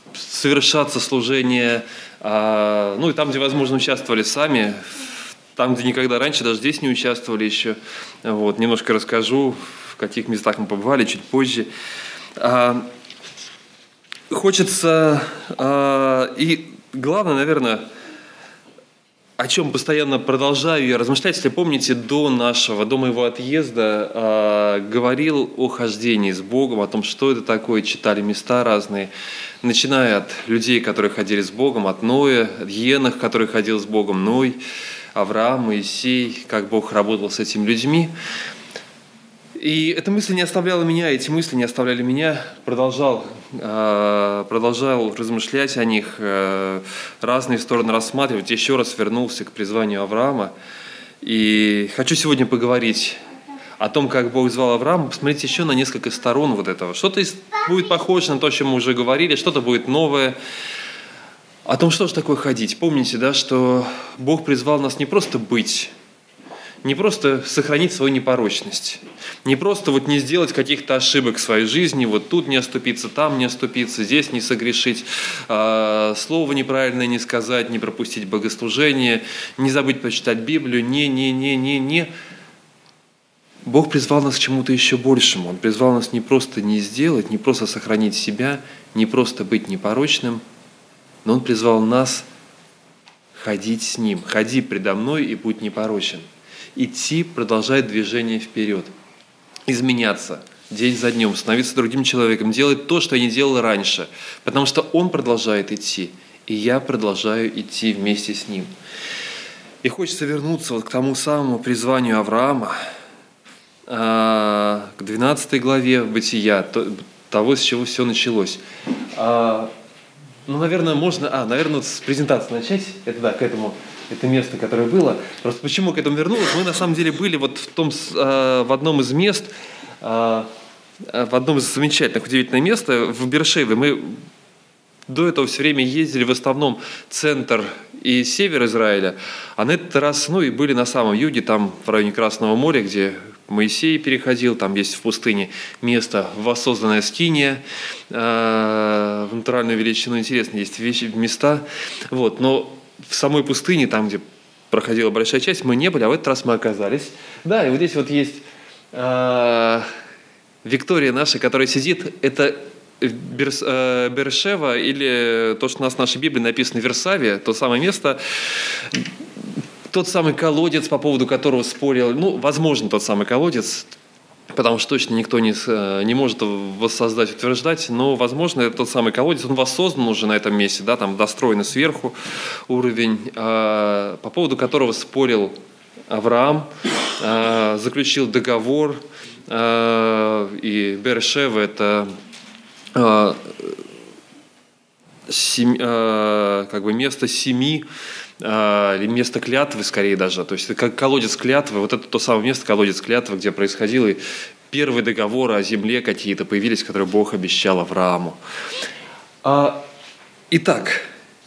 Speaker 3: совершаться служение, ну и там, где, возможно, участвовали сами, там, где никогда раньше, даже здесь не участвовали еще. Вот, немножко расскажу, в каких местах мы побывали чуть позже. Хочется, и главное, наверное, о чем постоянно продолжаю я размышлять, если помните, до моего отъезда говорил о хождении с Богом, о том, что это такое, читали места разные, начиная от людей, которые ходили с Богом, от Ноя, от Енох, который ходил с Богом, Ной, Авраам, Моисей, как Бог работал с этими людьми. И эта мысль не оставляла меня, эти мысли не оставляли меня. Продолжал размышлять о них, разные стороны рассматривать. Еще раз вернулся к призванию Авраама. И хочу сегодня поговорить о том, как Бог звал Авраама, посмотреть еще на несколько сторон вот этого. Что-то будет похоже на то, о чем мы уже говорили, что-то будет новое. О том, что же такое ходить. Помните, да, что Бог призвал нас не просто быть, не просто сохранить свою непорочность, не просто не сделать каких-то ошибок в своей жизни, тут не оступиться, там не оступиться, здесь не согрешить, слово неправильное не сказать, не пропустить богослужение, не забыть почитать Библию, не. Бог призвал нас к чему-то еще большему. Он призвал нас не просто не сделать, не просто сохранить себя, не просто быть непорочным, но Он призвал нас ходить с Ним. «Ходи предо мной и будь непорочен». Идти, продолжать движение вперед, изменяться день за днем, становиться другим человеком, делать то, что я не делал раньше, потому что Он продолжает идти, и я продолжаю идти вместе с Ним. И хочется вернуться к тому самому призванию Авраама, к 12 главе Бытия, того, с чего все началось. Наверное, можно с презентации начать, к этому. Это место, которое было. Просто почему к этому вернулось? Мы на самом деле были в одном из мест, в одном из замечательных, удивительных мест, в Беэр-Шеве. Мы до этого все время ездили в основном центр и север Израиля, а на этот раз, и были на самом юге, там в районе Красного моря, где Моисей переходил, там есть в пустыне место, воссозданное Скиния, в натуральную величину, интересно, есть места, но в самой пустыне, там, где проходила большая часть, мы не были, а в этот раз мы оказались. Да, и здесь есть Виктория наша, которая сидит, это Беэр-Шева, или то, что у нас в нашей Библии написано Версавия, то самое место, тот самый колодец, по поводу которого спорил, возможно, тот самый колодец, потому что точно никто не может воссоздать, утверждать, но, возможно, это тот самый колодец, он воссоздан уже на этом месте, да, там достроен сверху уровень, по поводу которого спорил Авраам, заключил договор, и Беэр-Шева – это место семи, или место клятвы, скорее даже. То есть это как колодец клятвы. Это то самое место, колодец клятвы, где происходило первые договоры о земле какие-то появились, которые Бог обещал Аврааму. Итак,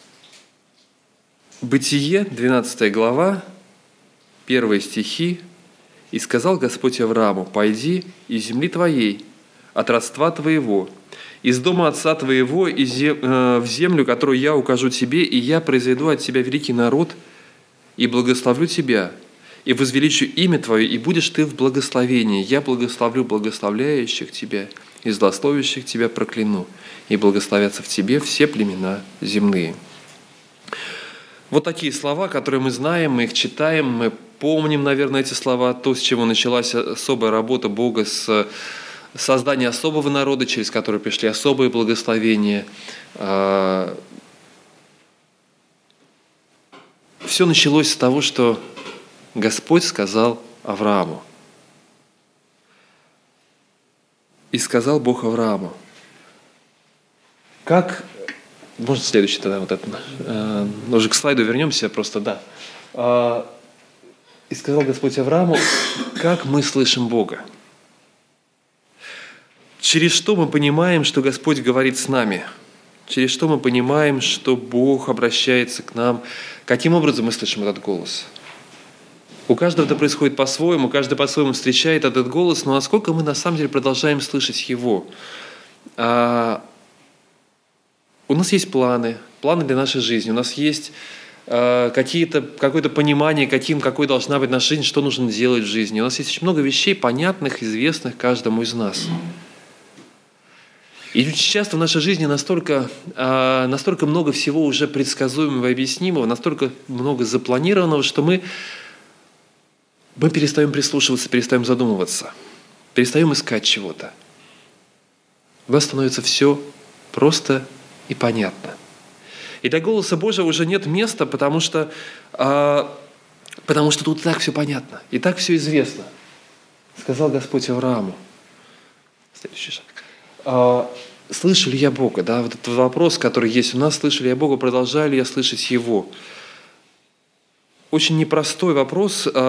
Speaker 3: Бытие, 12 глава, 1 стихи. «И сказал Господь Аврааму: пойди из земли твоей, от родства твоего, из дома отца твоего в землю, которую я укажу тебе, и я произведу от тебя великий народ, и благословлю тебя, и возвеличу имя твое, и будешь ты в благословении. Я благословлю благословляющих тебя, и злословящих тебя прокляну, и благословятся в тебе все племена земные». Вот такие слова, которые мы знаем, мы их читаем, мы помним, наверное, эти слова, то, с чего началась особая работа Бога с создания особого народа, через который пришли особые благословения. Все началось с того, что Господь сказал Аврааму. И сказал Бог Аврааму. Можно следующий тогда уже к слайду вернемся просто, да. И сказал Господь Аврааму, как мы слышим Бога. Через что мы понимаем, что Господь говорит с нами? Через что мы понимаем, что Бог обращается к нам? Каким образом мы слышим этот голос? У каждого это происходит по-своему, каждый по-своему встречает этот голос, но насколько мы на самом деле продолжаем слышать его? у нас есть планы для нашей жизни, у нас есть какое-то понимание, какой должна быть наша жизнь, что нужно делать в жизни. У нас есть очень много вещей, понятных, известных каждому из нас. И очень часто в нашей жизни настолько много всего уже предсказуемого и объяснимого, настолько много запланированного, что мы перестаем прислушиваться, перестаем задумываться, перестаем искать чего-то. У нас становится все просто и понятно. И для голоса Божьего уже нет места, потому что тут и так все понятно, и так все известно. Сказал Господь Аврааму. Следующий шаг. Слышу ли я Бога? Да? Вот этот вопрос, который есть у нас, слышу ли я Бога, продолжаю ли я слышать Его? Очень непростой вопрос. И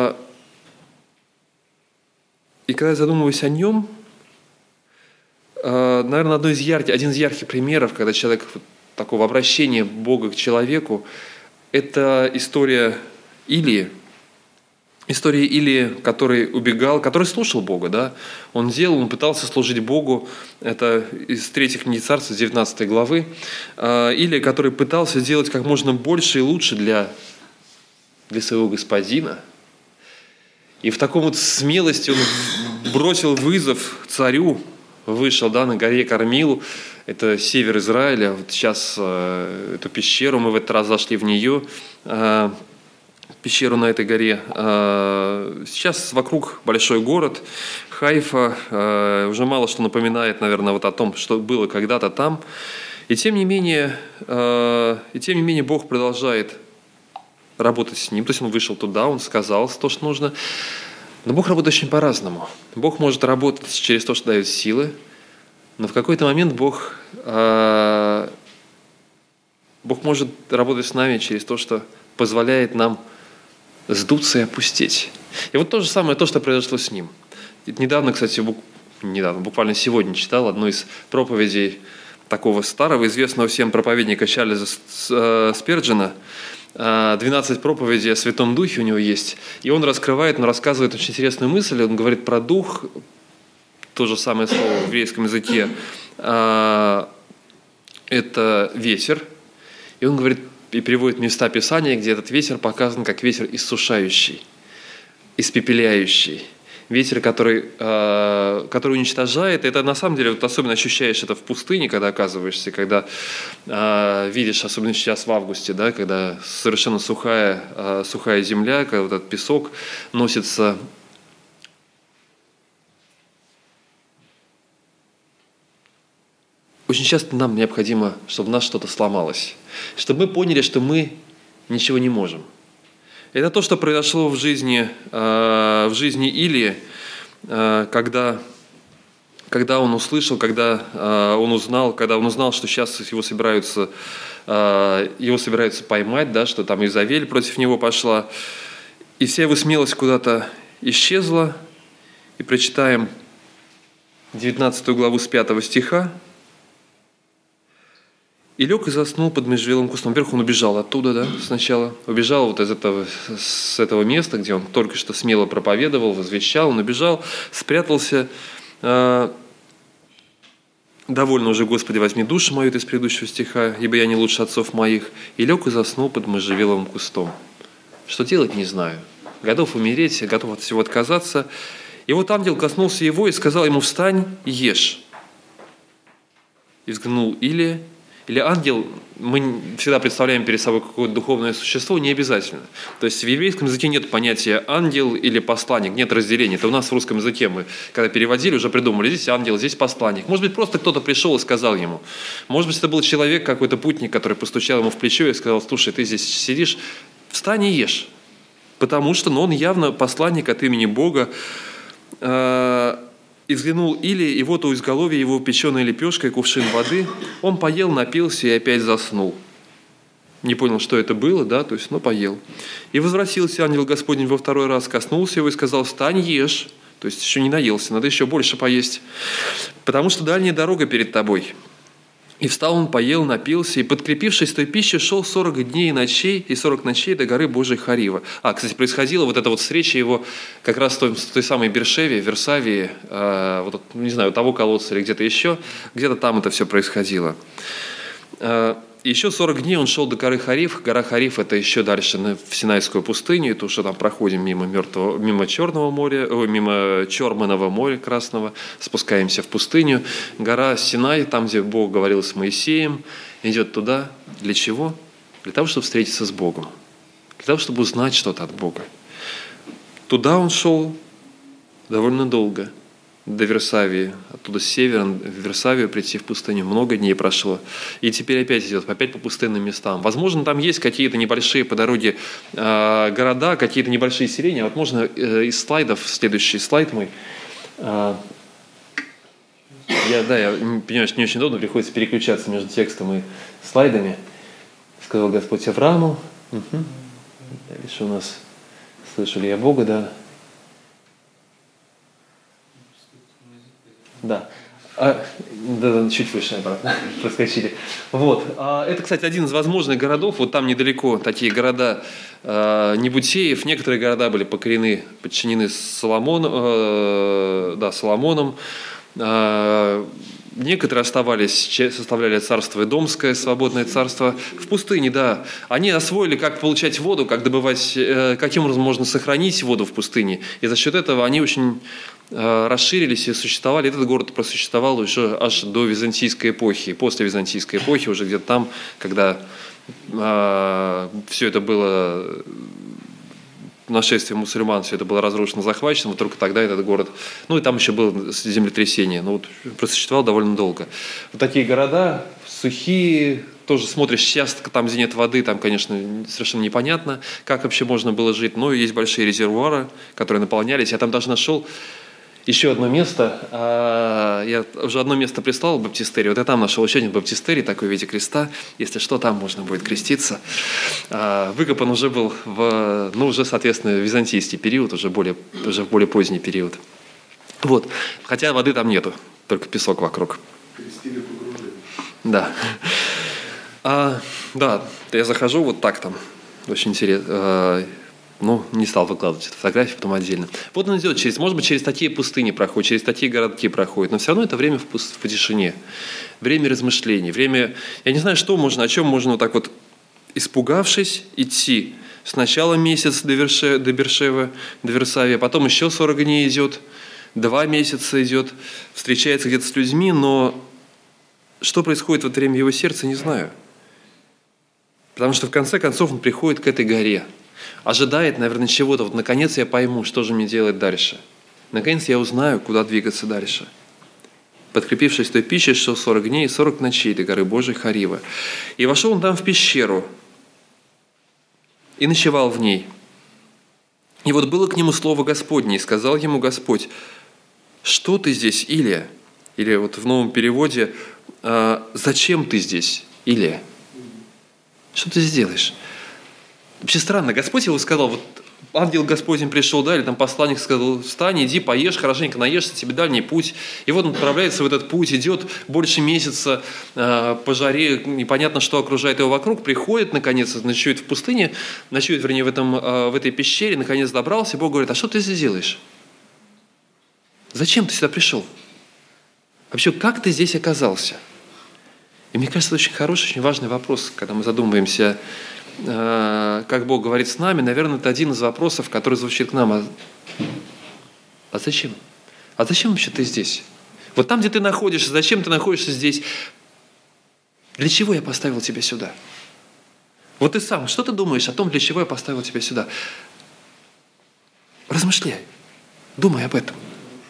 Speaker 3: когда я задумываюсь о нем, наверное, один из ярких примеров, когда человек такого обращения Бога к человеку, это история Илии. История Илии, который убегал, который слушал Бога. Да? Он пытался служить Богу. Это из 3 книги Царств, 19 главы. Илия, который пытался делать как можно больше и лучше для своего господина. И в таком вот смелости он бросил вызов царю, вышел на горе Кармилу. Это север Израиля. Вот сейчас эту пещеру, мы в этот раз зашли в нее, пещеру на этой горе. Сейчас вокруг большой город, Хайфа, уже мало что напоминает, наверное, вот о том, что было когда-то там. И тем не менее Бог продолжает работать с ним. То есть он вышел туда, он сказал то, что нужно. Но Бог работает очень по-разному. Бог может работать через то, что дает силы, но в какой-то момент Бог может работать с нами через то, что позволяет нам сдуться и опустить. И вот то же самое, то, что произошло с ним. Недавно, кстати, буквально сегодня читал одну из проповедей такого старого, известного всем проповедника Чарльза Сперджена. 12 проповедей о Святом Духе у него есть. И он рассказывает очень интересную мысль. Он говорит про Дух, то же самое слово в еврейском языке, это ветер. И он говорит, и переводит места Писания, где этот ветер показан как ветер иссушающий, испепеляющий. Ветер, который уничтожает. Это на самом деле, вот особенно ощущаешь это в пустыне, когда оказываешься, когда видишь, особенно сейчас в августе, да, когда совершенно сухая земля, когда вот этот песок носится. Очень часто нам необходимо, чтобы у нас что-то сломалось, чтобы мы поняли, что мы ничего не можем. Это то, что произошло в жизни Илии, когда он услышал, когда он узнал, что сейчас его собираются поймать, да, что там Изавель против него пошла, и вся его смелость куда-то исчезла. И прочитаем 19 главу с 5 стиха. «И лег и заснул под межвелым кустом». Во-первых, он убежал оттуда, да, сначала. Убежал вот с этого места, где он только что смело проповедовал, возвещал. Он убежал, спрятался. «Довольно уже, Господи, возьми душу мою», из предыдущего стиха, «ибо я не лучше отцов моих». И лег и заснул под можжевеловым кустом. Что делать, не знаю. Готов умереть, готов от всего отказаться. И вот ангел коснулся его и сказал ему: «Встань и ешь». И взглянул Илия. Или ангел, мы всегда представляем перед собой какое-то духовное существо, не обязательно. То есть в еврейском языке нет понятия ангел или посланник, нет разделения. Это у нас в русском языке мы, когда переводили, уже придумали: здесь ангел, здесь посланник. Может быть, просто кто-то пришел и сказал ему. Может быть, это был человек, какой-то путник, который постучал ему в плечо и сказал: «Слушай, ты здесь сидишь, встань и ешь». Потому что он явно посланник от имени Бога. И взглянул Илия, и вот у изголовья его печеная лепешка и кувшин воды. Он поел, напился и опять заснул. Не понял, что это было, да, то есть, но поел. И возвратился ангел Господень во второй раз, коснулся его и сказал: «Встань, ешь». То есть еще не наелся, надо еще больше поесть. «Потому что дальняя дорога перед тобой». И встал он, поел, напился, и, подкрепившись той пищей, шел 40 дней и ночей, и 40 ночей до горы Божией Харива. Кстати, происходила вот эта вот встреча его как раз в той самой Бершеве, Версавии, не знаю, у того колодца или где-то еще, где-то там это все происходило. Еще 40 дней он шел до горы Хариф. Гора Хариф – это еще дальше в Синайскую пустыню. Это уже там проходим мимо Черного моря, мимо Чорманова моря Красного, спускаемся в пустыню. Гора Синай, там, где Бог говорил с Моисеем, идет туда. Для чего? Для того, чтобы встретиться с Богом. Для того, чтобы узнать что-то от Бога. Туда он шел довольно долго. До Версавии, оттуда с севера в Версавию прийти в пустыню. Много дней прошло. И теперь опять идет, опять по пустынным местам. Возможно, там есть какие-то небольшие по дороге города, какие-то небольшие селения. Вот можно из слайдов, следующий слайд мой. Я понимаю, что не очень удобно, приходится переключаться между текстом и слайдами. Сказал Господь Аврааму. Дальше у нас слышали я Бога, да. Да. Чуть выше, обратно, проскочили. Вот. Это, кстати, один из возможных городов. Вот там недалеко такие города Небутеев. Некоторые города были подчинены Соломоном. Некоторые составляли царство Эдомское, свободное царство. В пустыне, да. Они освоили, как получать воду, как добывать, каким образом можно сохранить воду в пустыне. И за счет этого они очень расширились и существовали. Этот город просуществовал еще аж до византийской эпохи. После византийской эпохи, уже где-то там, когда все это было... нашествие мусульман, все это было разрушено, захвачено, вот только тогда этот город, и там еще было землетрясение, просуществовал довольно долго. Вот такие города, сухие, тоже смотришь, сейчас там, где нет воды, там, конечно, совершенно непонятно, как вообще можно было жить, но есть большие резервуары, которые наполнялись. Я там даже нашел еще одно место, я уже одно место прислал в баптистерий, вот я там нашел еще один баптистерий, такой в виде креста, если что, там можно будет креститься. Выкопан уже был уже, соответственно, византийский период, уже в более поздний период. Вот, хотя воды там нету, только песок вокруг.
Speaker 2: Крестили, погружили.
Speaker 3: Да. Да, я захожу вот так там, очень интересно. Не стал выкладывать эту фотографию, потом отдельно. Вот он идет может быть, через такие пустыни проходит, через такие городки проходит, но все равно это время в тишине, время размышлений, время, я не знаю, о чем можно вот так вот, испугавшись, идти. Сначала месяц до Бершевы, до Версавии, потом еще 40 дней идет, 2 месяца идет, встречается где-то с людьми, но что происходит в это время в его сердце, не знаю. Потому что в конце концов он приходит к этой горе. Ожидает, наверное, чего-то. Вот наконец я пойму, что же мне делать дальше. Наконец я узнаю, куда двигаться дальше. Подкрепившись той пищей, шел 40 дней и 40 ночей до горы Божией Харива. И вошел он там в пещеру и ночевал в ней. И вот было к нему слово Господне, и сказал ему Господь: что ты здесь, Илия? Или вот в новом переводе: зачем ты здесь, Илия? Что ты здесь делаешь? Вообще странно, Господь его сказал, вот ангел Господень пришел, да, или там посланник сказал: встань, иди, поешь, хорошенько наешься, тебе дальний путь. И вот он отправляется в этот путь, идет больше месяца по жаре, непонятно, что окружает его вокруг, приходит, наконец, ночует в пустыне, в этой пещере, наконец добрался, и Бог говорит: а что ты здесь делаешь? Зачем ты сюда пришел? Вообще, как ты здесь оказался? И мне кажется, это очень хороший, очень важный вопрос, когда мы задумываемся, как Бог говорит с нами. Наверное, это один из вопросов, который звучит к нам. А зачем? А зачем вообще ты здесь? Вот там, где ты находишься, зачем ты находишься здесь? Для чего я поставил тебя сюда? Вот ты сам, что ты думаешь о том, для чего я поставил тебя сюда? Размышляй, думай об этом.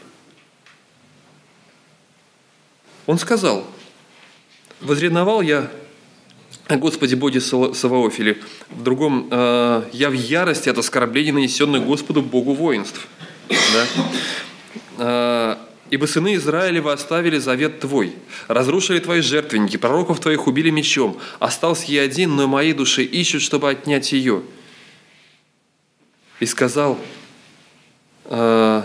Speaker 3: Он сказал: возревновал я о Господе Боге Саваофе, в другом: я в ярости от оскорблений, нанесенных Господу Богу воинств. Да? Ибо сыны Израилева оставили завет Твой, разрушили Твои жертвенники, пророков Твоих убили мечом. Остался я один, но моей души ищут, чтобы отнять ее. И сказал, он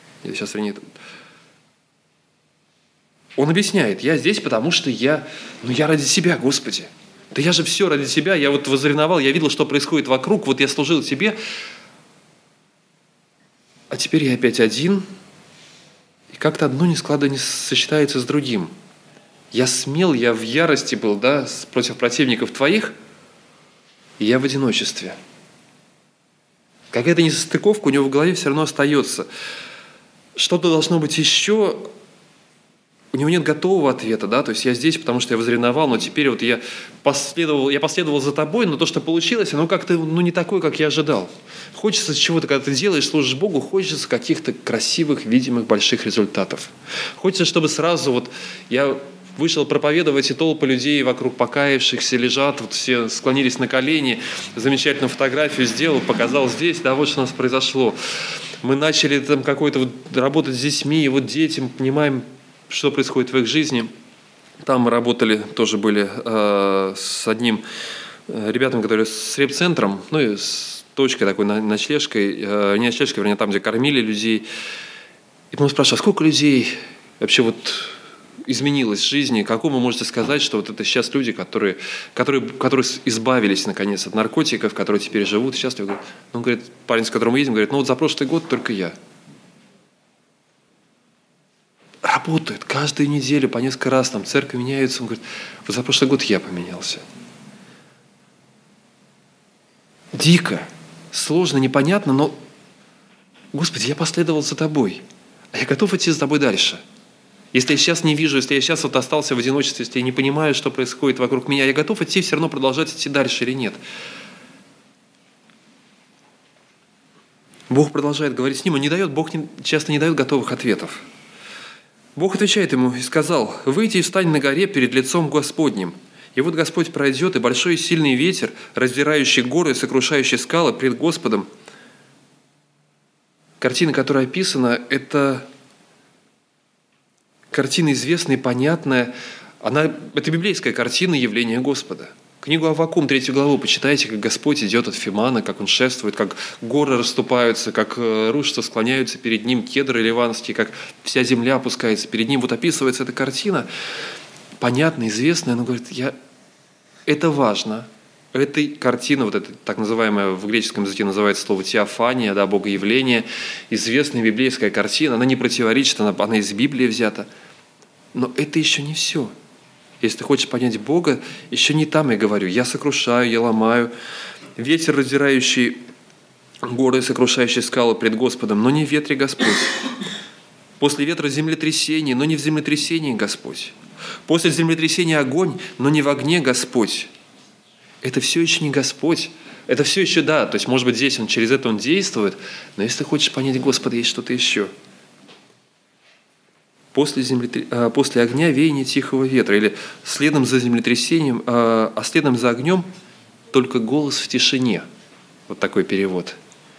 Speaker 3: объясняет: я здесь, потому что я ради Тебя, Господи. Да я же все ради Тебя, я вот возревновал, я видел, что происходит вокруг, вот я служил Тебе, а теперь я опять один, и как-то одно нескладно не сочетается с другим. Я смел, я в ярости был, да, против противников твоих, и я в одиночестве. Какая-то несостыковка у него в голове все равно остается. Что-то должно быть еще. У него нет готового ответа, да, то есть я здесь, потому что я возревновал, но теперь вот я последовал за тобой, но то, что получилось, оно как-то не такое, как я ожидал. Хочется чего-то, когда ты делаешь, служишь Богу, хочется каких-то красивых, видимых, больших результатов. Хочется, чтобы сразу вот я вышел проповедовать, и толпы людей вокруг покаявшихся лежат, вот все склонились на колени, замечательную фотографию сделал, показал здесь, да, вот что у нас произошло. Мы начали там какой-то вот работать с детьми, и вот детям понимаем, что происходит в их жизни. Там мы работали, тоже были с одним ребятами, которые с реп-центром, ну и с точкой такой, ночлежкой, не ночлежкой, вернее, там, где кормили людей. И мы спрашивали, а сколько людей вообще вот изменилось в жизни? Какому вы можете сказать, что вот это сейчас люди, которые избавились, наконец, от наркотиков, которые теперь живут счастливы? Он говорит, парень, с которым мы едем, говорит, ну вот за прошлый год только я. Работают каждую неделю по несколько раз, там церковь меняется. Он говорит, вот за прошлый год я поменялся. Дико, сложно, непонятно, но, Господи, я последовал за тобой, а я готов идти за тобой дальше. Если я сейчас не вижу, если я сейчас вот остался в одиночестве, если я не понимаю, что происходит вокруг меня, я готов идти, все равно продолжать идти дальше или нет? Бог продолжает говорить с ним, Бог часто не дает готовых ответов. Бог отвечает ему и сказал, «Выйди и встань на горе перед лицом Господним. И вот Господь пройдет, и большой и сильный ветер, раздирающий горы и сокрушающий скалы пред Господом». Картина, которая описана, это картина известная и понятная. Это библейская картина явления Господа. Книгу Аввакум, 3 главу, почитайте, как Господь идет от Фимана, как Он шествует, как горы расступаются, как рушатся, склоняются перед Ним кедры ливанские, как вся земля опускается перед Ним. Вот описывается эта картина, понятная, известная, но говорит, это важно. Эта картина, вот эта так называемая, в греческом языке называется слово теофания, да, богоявление, известная библейская картина, она не противоречит, она из Библии взята. Но это еще не все. Если ты хочешь понять Бога, еще не там я говорю. Я сокрушаю, я ломаю. Ветер, раздирающий горы, сокрушающий скалы пред Господом, но не в ветре Господь. После ветра землетрясение, но не в землетрясении Господь. После землетрясения огонь, но не в огне Господь. Это все еще не Господь. Это все еще, да, то есть, может быть, здесь через это Он действует, но если ты хочешь понять Господа, есть что-то еще. После огня веяние тихого ветра, или следом за землетрясением, а следом за огнем только голос в тишине. Вот такой перевод.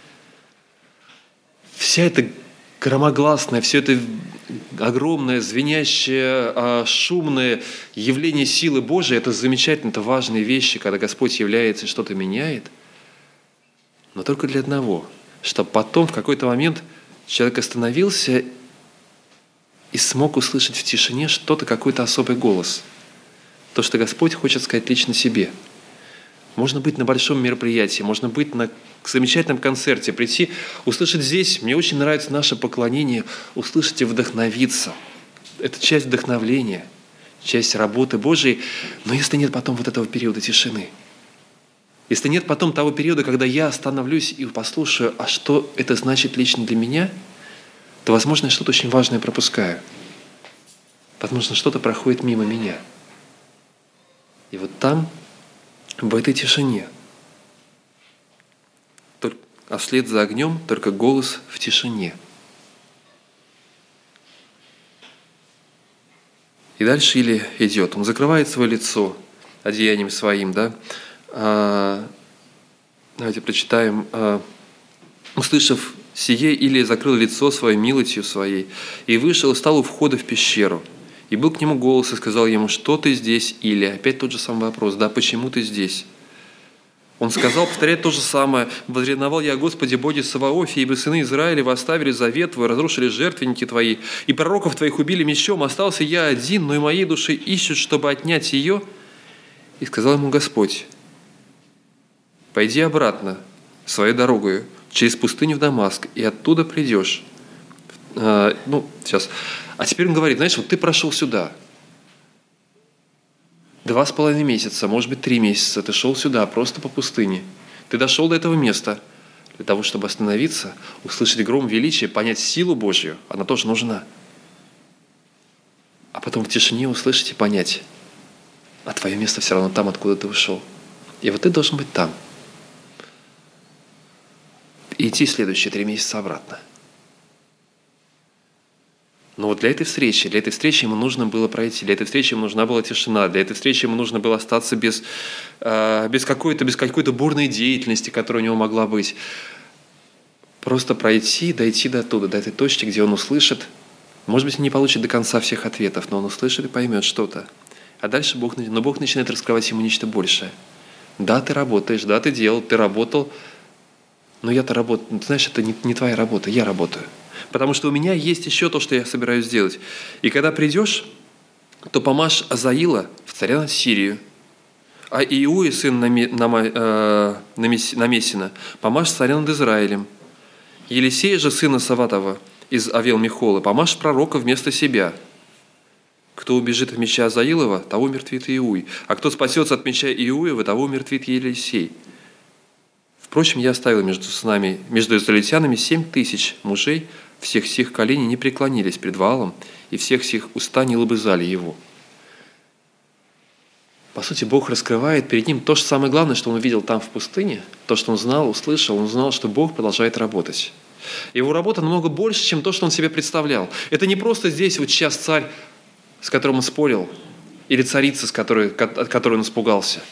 Speaker 3: Вся эта громогласное, все это огромное, звенящее, шумное явление силы Божией, это замечательно, это важные вещи, когда Господь является и что-то меняет, но только для одного, чтобы потом в какой-то момент человек остановился и смог услышать в тишине что-то, какой-то особый голос. То, что Господь хочет сказать лично себе. Можно быть на большом мероприятии, можно быть на замечательном концерте, прийти, услышать здесь, мне очень нравится наше поклонение, услышать и вдохновиться. Это часть вдохновления, часть работы Божией, но если нет потом вот этого периода тишины, если нет потом того периода, когда я остановлюсь и послушаю, а что это значит лично для меня, то, возможно, я что-то очень важное пропускаю. Возможно, что-то проходит мимо меня. И вот там, в этой тишине, а вслед за огнем только голос в тишине. И дальше Илия идет. Он закрывает свое лицо одеянием своим, да? Давайте прочитаем. «Услышав сие, Илия закрыл лицо своей милостью своей и вышел и стал у входа в пещеру. И был к нему голос и сказал ему, что ты здесь, Илия?» Опять тот же самый вопрос, да, почему ты здесь? Он сказал, повторяет то же самое. «Возревновал я о Господе Боге Саваофе, ибо сыны Израилева оставили завет твой, разрушили жертвенники твои, и пророков твоих убили мечом, остался я один, но и моей души ищут, чтобы отнять ее». И сказал ему Господь, «Пойди обратно своей дорогою, через пустыню в Дамаск, и оттуда придешь». Сейчас. А теперь он говорит, знаешь, вот ты прошел сюда. 2,5 месяца, может быть, 3 месяца ты шел сюда, просто по пустыне. Ты дошел до этого места для того, чтобы остановиться, услышать гром величия, понять силу Божью. Она тоже нужна. А потом в тишине услышать и понять, а твое место все равно там, откуда ты ушел. И вот ты должен быть там. И идти следующие 3 месяца обратно. Но вот для этой встречи ему нужно было пройти, для этой встречи ему нужна была тишина, для этой встречи ему нужно было остаться без какой-то бурной деятельности, которая у него могла быть. Просто пройти, дойти до туда, до этой точки, где он услышит, может быть, не получит до конца всех ответов, но он услышит и поймет что-то. А дальше Бог начинает раскрывать ему нечто большее. Да, ты работаешь, да, ты делал, ты работал, но я-то работаю. Ты знаешь, это не твоя работа, я работаю. Потому что у меня есть еще то, что я собираюсь сделать. И когда придешь, то помажь Азаила в царя над Сирию, а Иуи, сын Намесина, помажь царя над Израилем. Елисея же, сына Саватова из Авел-Михолы, помажь пророка вместо себя. Кто убежит от меча Азаилова, того умертвит Иуй, а кто спасется от меча Иуева, того умертвит Елисей. Впрочем, я оставил между израильтянами 7000 мужей, всех сих коленей не преклонились пред Ваалом, и всех сих уста не лобызали его. По сути, Бог раскрывает перед ним то же самое главное, что он увидел там в пустыне, то, что он знал, услышал, он знал, что Бог продолжает работать. Его работа намного больше, чем то, что он себе представлял. Это не просто здесь вот сейчас царь, с которым он спорил, или царица, от которой он испугался.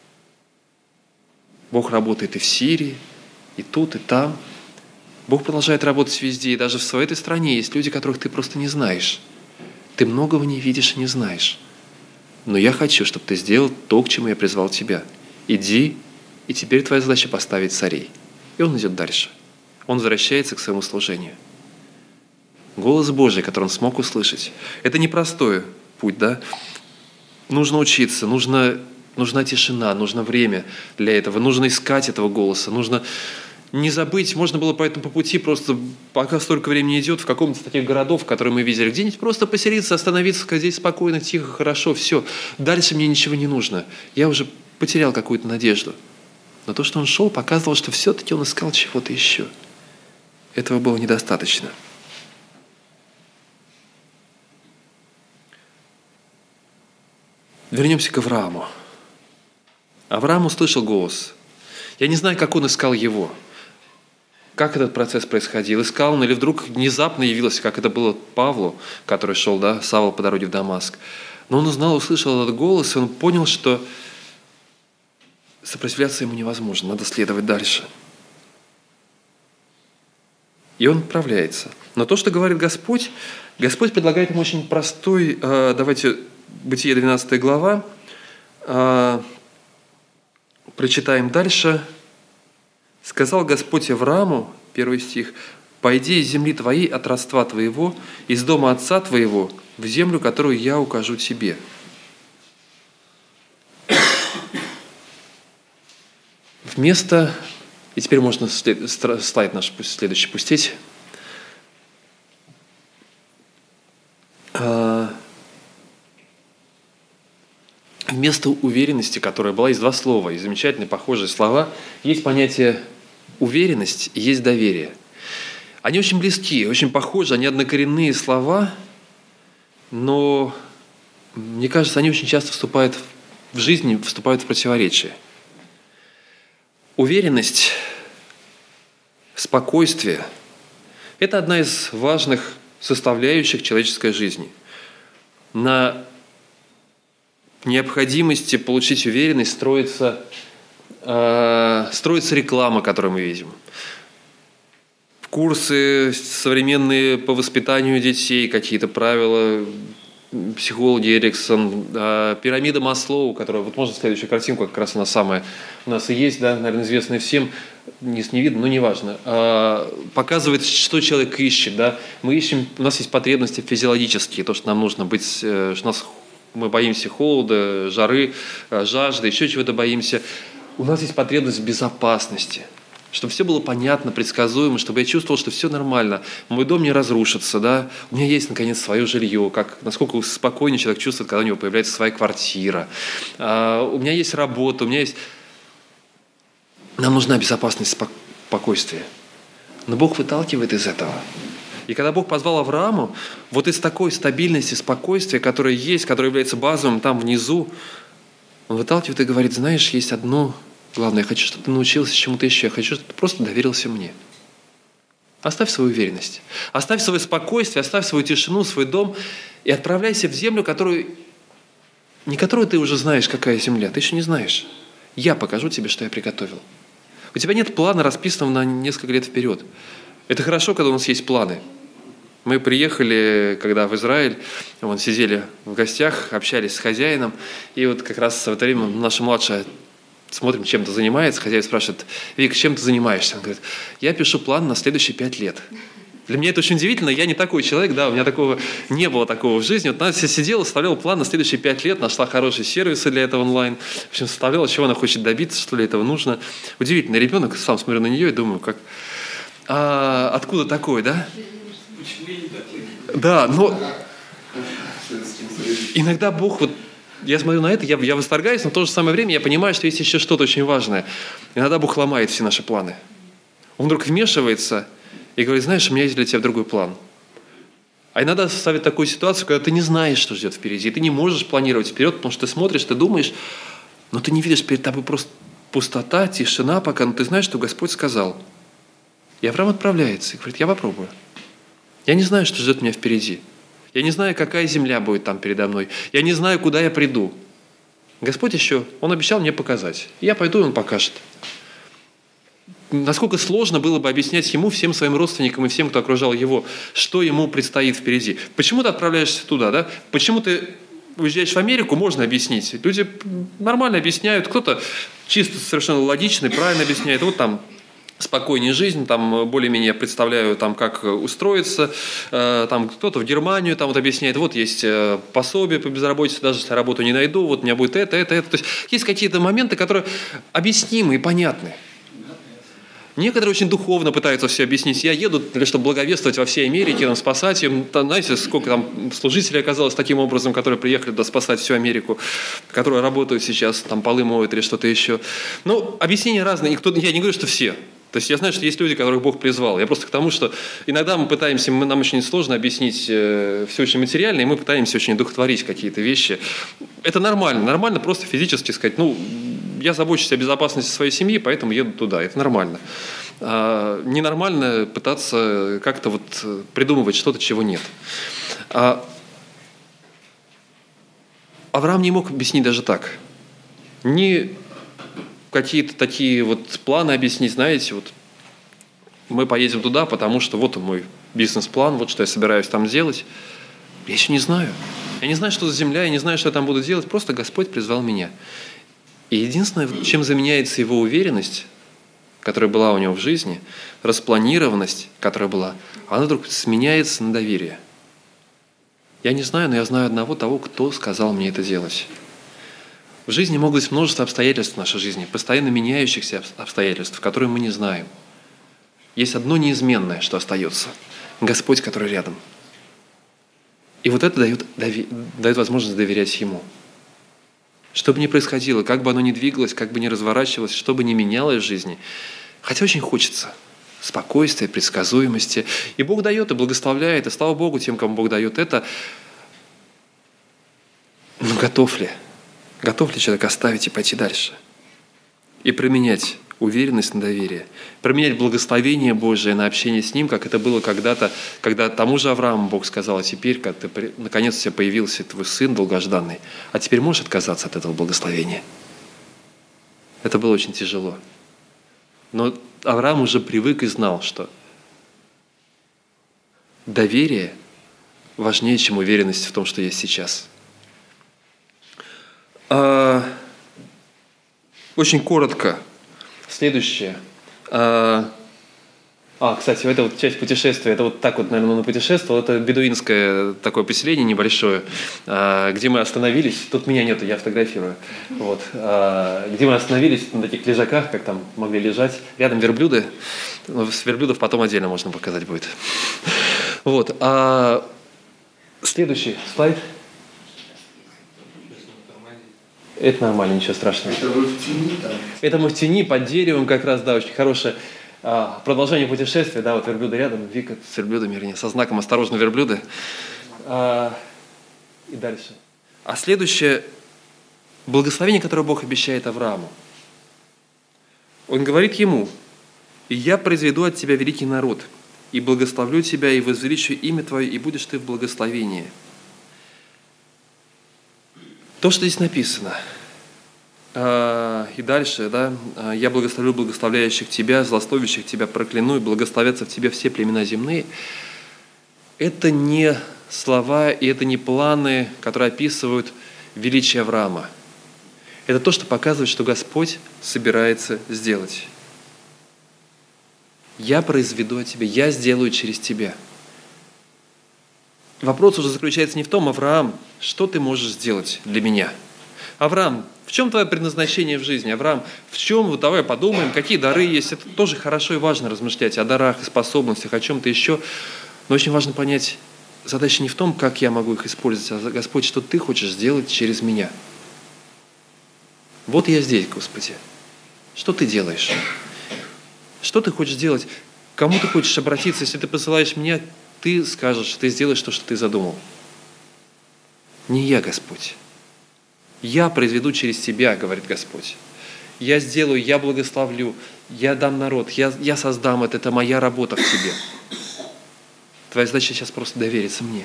Speaker 3: Бог работает и в Сирии, и тут, и там. Бог продолжает работать везде, и даже в своей этой стране есть люди, которых ты просто не знаешь. Ты многого не видишь и не знаешь. Но я хочу, чтобы ты сделал то, к чему я призвал тебя. Иди, и теперь твоя задача поставить царей. И он идет дальше. Он возвращается к своему служению. Голос Божий, который он смог услышать. Это непростой путь, да? Нужно учиться, нужна тишина, нужно время для этого, нужно искать этого голоса, нужно не забыть, можно было поэтому по пути просто, пока столько времени идет, в каком-то из таких городов, которые мы видели, где-нибудь просто поселиться, остановиться, сказать, здесь спокойно, тихо, хорошо, все. Дальше мне ничего не нужно. Я уже потерял какую-то надежду. Но то, что он шел, показывало, что все-таки он искал чего-то еще. Этого было недостаточно. Вернемся к Аврааму. Авраам услышал голос. Я не знаю, как он искал его. Как этот процесс происходил? Искал он или вдруг внезапно явилось, как это было Павлу, который шел, да, Савл по дороге в Дамаск. Но он узнал, услышал этот голос, и он понял, что сопротивляться ему невозможно, надо следовать дальше. И он отправляется. Но то, что говорит Господь предлагает ему очень простой, давайте, Бытие 12 глава, прочитаем дальше. «Сказал Господь Аврааму», 1 стих, «Пойди из земли твоей, от родства твоего, из дома отца твоего, в землю, которую я укажу тебе». Вместо, и теперь можно слайд наш следующий пустить. Вместо уверенности, которая была, есть два слова, и замечательные похожие слова, есть понятие уверенность и есть доверие. Они очень близки, очень похожи, они однокоренные слова, но, мне кажется, они очень часто вступают в противоречие. Уверенность, спокойствие – это одна из важных составляющих человеческой жизни. На необходимости получить уверенность строится реклама, которую мы видим. Курсы современные по воспитанию детей, какие-то правила, психологи Эриксон, пирамида Маслоу, которая, вот можно следующую картинку, как раз она самая, у нас и есть, да, наверное, известная всем, не видно, но неважно, показывает, что человек ищет, да, мы ищем, у нас есть потребности физиологические, то, что нам нужно быть, что мы боимся холода, жары, жажды, еще чего-то боимся. У нас есть потребность в безопасности. Чтобы все было понятно, предсказуемо, чтобы я чувствовал, что все нормально, мой дом не разрушится, да, у меня есть, наконец, свое жилье, насколько спокойнее человек чувствует, когда у него появляется своя квартира, у меня есть работа, у меня есть... Нам нужна безопасность, спокойствие. Но Бог выталкивает из этого. И когда Бог позвал Аврааму, вот из такой стабильности, спокойствия, которое есть, которое является базовым там внизу, Он выталкивает и говорит: знаешь, есть одно главное, я хочу, чтобы ты научился чему-то еще, я хочу, чтобы ты просто доверился мне. Оставь свою уверенность, оставь свое спокойствие, оставь свою тишину, свой дом и отправляйся в землю, не которую ты уже знаешь, какая земля, ты еще не знаешь. Я покажу тебе, что я приготовил. У тебя нет плана, расписанного на несколько лет вперед. Это хорошо, когда у нас есть планы. Мы приехали, когда в Израиль, сидели в гостях, общались с хозяином, и вот как раз в это время наша младшая, смотрим, чем-то занимается, хозяин спрашивает: Вик, чем ты занимаешься? Он говорит: я пишу план на следующие 5 лет. Для меня это очень удивительно, я не такой человек, да, у меня не было такого в жизни. Вот она сидела, составляла план на следующие 5 лет, нашла хорошие сервисы для этого онлайн, в общем, составляла, чего она хочет добиться, что для этого нужно. Удивительно, ребенок, сам смотрю на нее и думаю, откуда такой, да? Да, но иногда Бог, я смотрю на это, я восторгаюсь, но в то же самое время я понимаю, что есть еще что-то очень важное. Иногда Бог ломает все наши планы. Он вдруг вмешивается и говорит: знаешь, у меня есть для тебя другой план. А иногда ставит такую ситуацию, когда ты не знаешь, что ждет впереди, ты не можешь планировать вперед, потому что ты смотришь, ты думаешь, но ты не видишь, перед тобой просто пустота, тишина пока, но ты знаешь, что Господь сказал. И Авраам отправляется и говорит: я попробую. Я не знаю, что ждет меня впереди. Я не знаю, какая земля будет там передо мной. Я не знаю, куда я приду. Господь Он обещал мне показать. Я пойду, и Он покажет. Насколько сложно было бы объяснять ему, всем своим родственникам и всем, кто окружал его, что ему предстоит впереди. Почему ты отправляешься туда, да? Почему ты уезжаешь в Америку, можно объяснить. Люди нормально объясняют, кто-то чисто совершенно логично и правильно объясняет. Вот там спокойнее жизнь, там более-менее представляю, там, как устроиться, там кто-то в Германию там, объясняет, вот есть пособие по безработице, даже если работу не найду, вот у меня будет это. То есть есть какие-то моменты, которые объяснимы и понятны. Некоторые очень духовно пытаются все объяснить. Я еду, чтобы благовествовать во всей Америке, там, спасать ее. Там, знаете, сколько там служителей оказалось таким образом, которые приехали туда спасать всю Америку, которые работают сейчас, там полы моют или что-то еще. Ну, объяснения разные. Я не говорю, что все. То есть я знаю, что есть люди, которых Бог призвал. Я просто к тому, что иногда нам очень сложно объяснить все очень материально, и мы пытаемся очень духотворить какие-то вещи. Это нормально просто физически сказать: я забочусь о безопасности своей семьи, поэтому еду туда. Это нормально. Ненормально пытаться как-то придумывать что-то, чего нет. Авраам не мог объяснить даже так. Не какие-то такие планы объяснить, знаете, мы поедем туда, потому что вот он мой бизнес-план, вот что я собираюсь там делать. Я еще не знаю. Я не знаю, что за земля, я не знаю, что я там буду делать, просто Господь призвал меня. И единственное, чем заменяется его уверенность, которая была у него в жизни, распланированность, которая была, она вдруг сменяется на доверие. Я не знаю, но я знаю одного того, кто сказал мне это делать. В жизни могут быть множество обстоятельств в нашей жизни, постоянно меняющихся обстоятельств, которые мы не знаем. Есть одно неизменное, что остается – Господь, который рядом. И это дает возможность доверять Ему. Что бы ни происходило, как бы оно ни двигалось, как бы ни разворачивалось, что бы ни менялось в жизни, хотя очень хочется спокойствия, предсказуемости. И Бог дает, и благословляет, и слава Богу тем, кому Бог дает это. Но готов ли? Готов ли человек оставить и пойти дальше? И променять уверенность на доверие, променять благословение Божие на общение с Ним, как это было когда-то, когда тому же Аврааму Бог сказал: а теперь, когда наконец у тебя появился твой сын долгожданный, а теперь можешь отказаться от этого благословения? Это было очень тяжело. Но Авраам уже привык и знал, что доверие важнее, чем уверенность в том, что есть сейчас. Очень коротко. Следующее. Кстати, это вот часть путешествия, это вот так вот, наверное, он путешествовал, это бедуинское такое поселение небольшое, где мы остановились, тут меня нету, я фотографирую, вот, где мы остановились на таких лежаках, как там могли лежать, рядом верблюды, с верблюдов потом отдельно можно показать будет. Вот, следующий слайд. Это нормально, ничего страшного.
Speaker 2: Это вы в тени там?
Speaker 3: Это мы в тени, под деревом как раз, да, очень хорошее продолжение путешествия, да, вот верблюды рядом, Вика с верблюдами, вернее, со знаком «Осторожно, верблюды». И дальше. Следующее благословение, которое Бог обещает Аврааму. Он говорит ему: «И я произведу от тебя великий народ, и благословлю тебя, и возвеличу имя твое, и будешь ты в благословении». То, что здесь написано, и дальше, да, «Я благословлю благословляющих тебя, злословящих тебя прокляну, и благословятся в тебе все племена земные». Это не слова и это не планы, которые описывают величие Авраама. Это то, что показывает, что Господь собирается сделать. «Я произведу от тебя, я сделаю через тебя». Вопрос уже заключается не в том: Авраам, что ты можешь сделать для меня? Авраам, в чем твое предназначение в жизни? Авраам, в чем, вот давай подумаем, какие дары есть. Это тоже хорошо и важно размышлять о дарах, о способностях, о чем-то еще. Но очень важно понять, задача не в том, как я могу их использовать, а Господь, что ты хочешь сделать через меня. Вот я здесь, Господи. Что ты делаешь? Что ты хочешь сделать? Кому ты хочешь обратиться? Если ты посылаешь меня, ты скажешь, ты сделаешь то, что ты задумал. Не я, Господь. Я произведу через тебя, говорит Господь. Я сделаю, я благословлю, я дам народ, я создам это моя работа в тебе. Твоя задача сейчас просто довериться мне.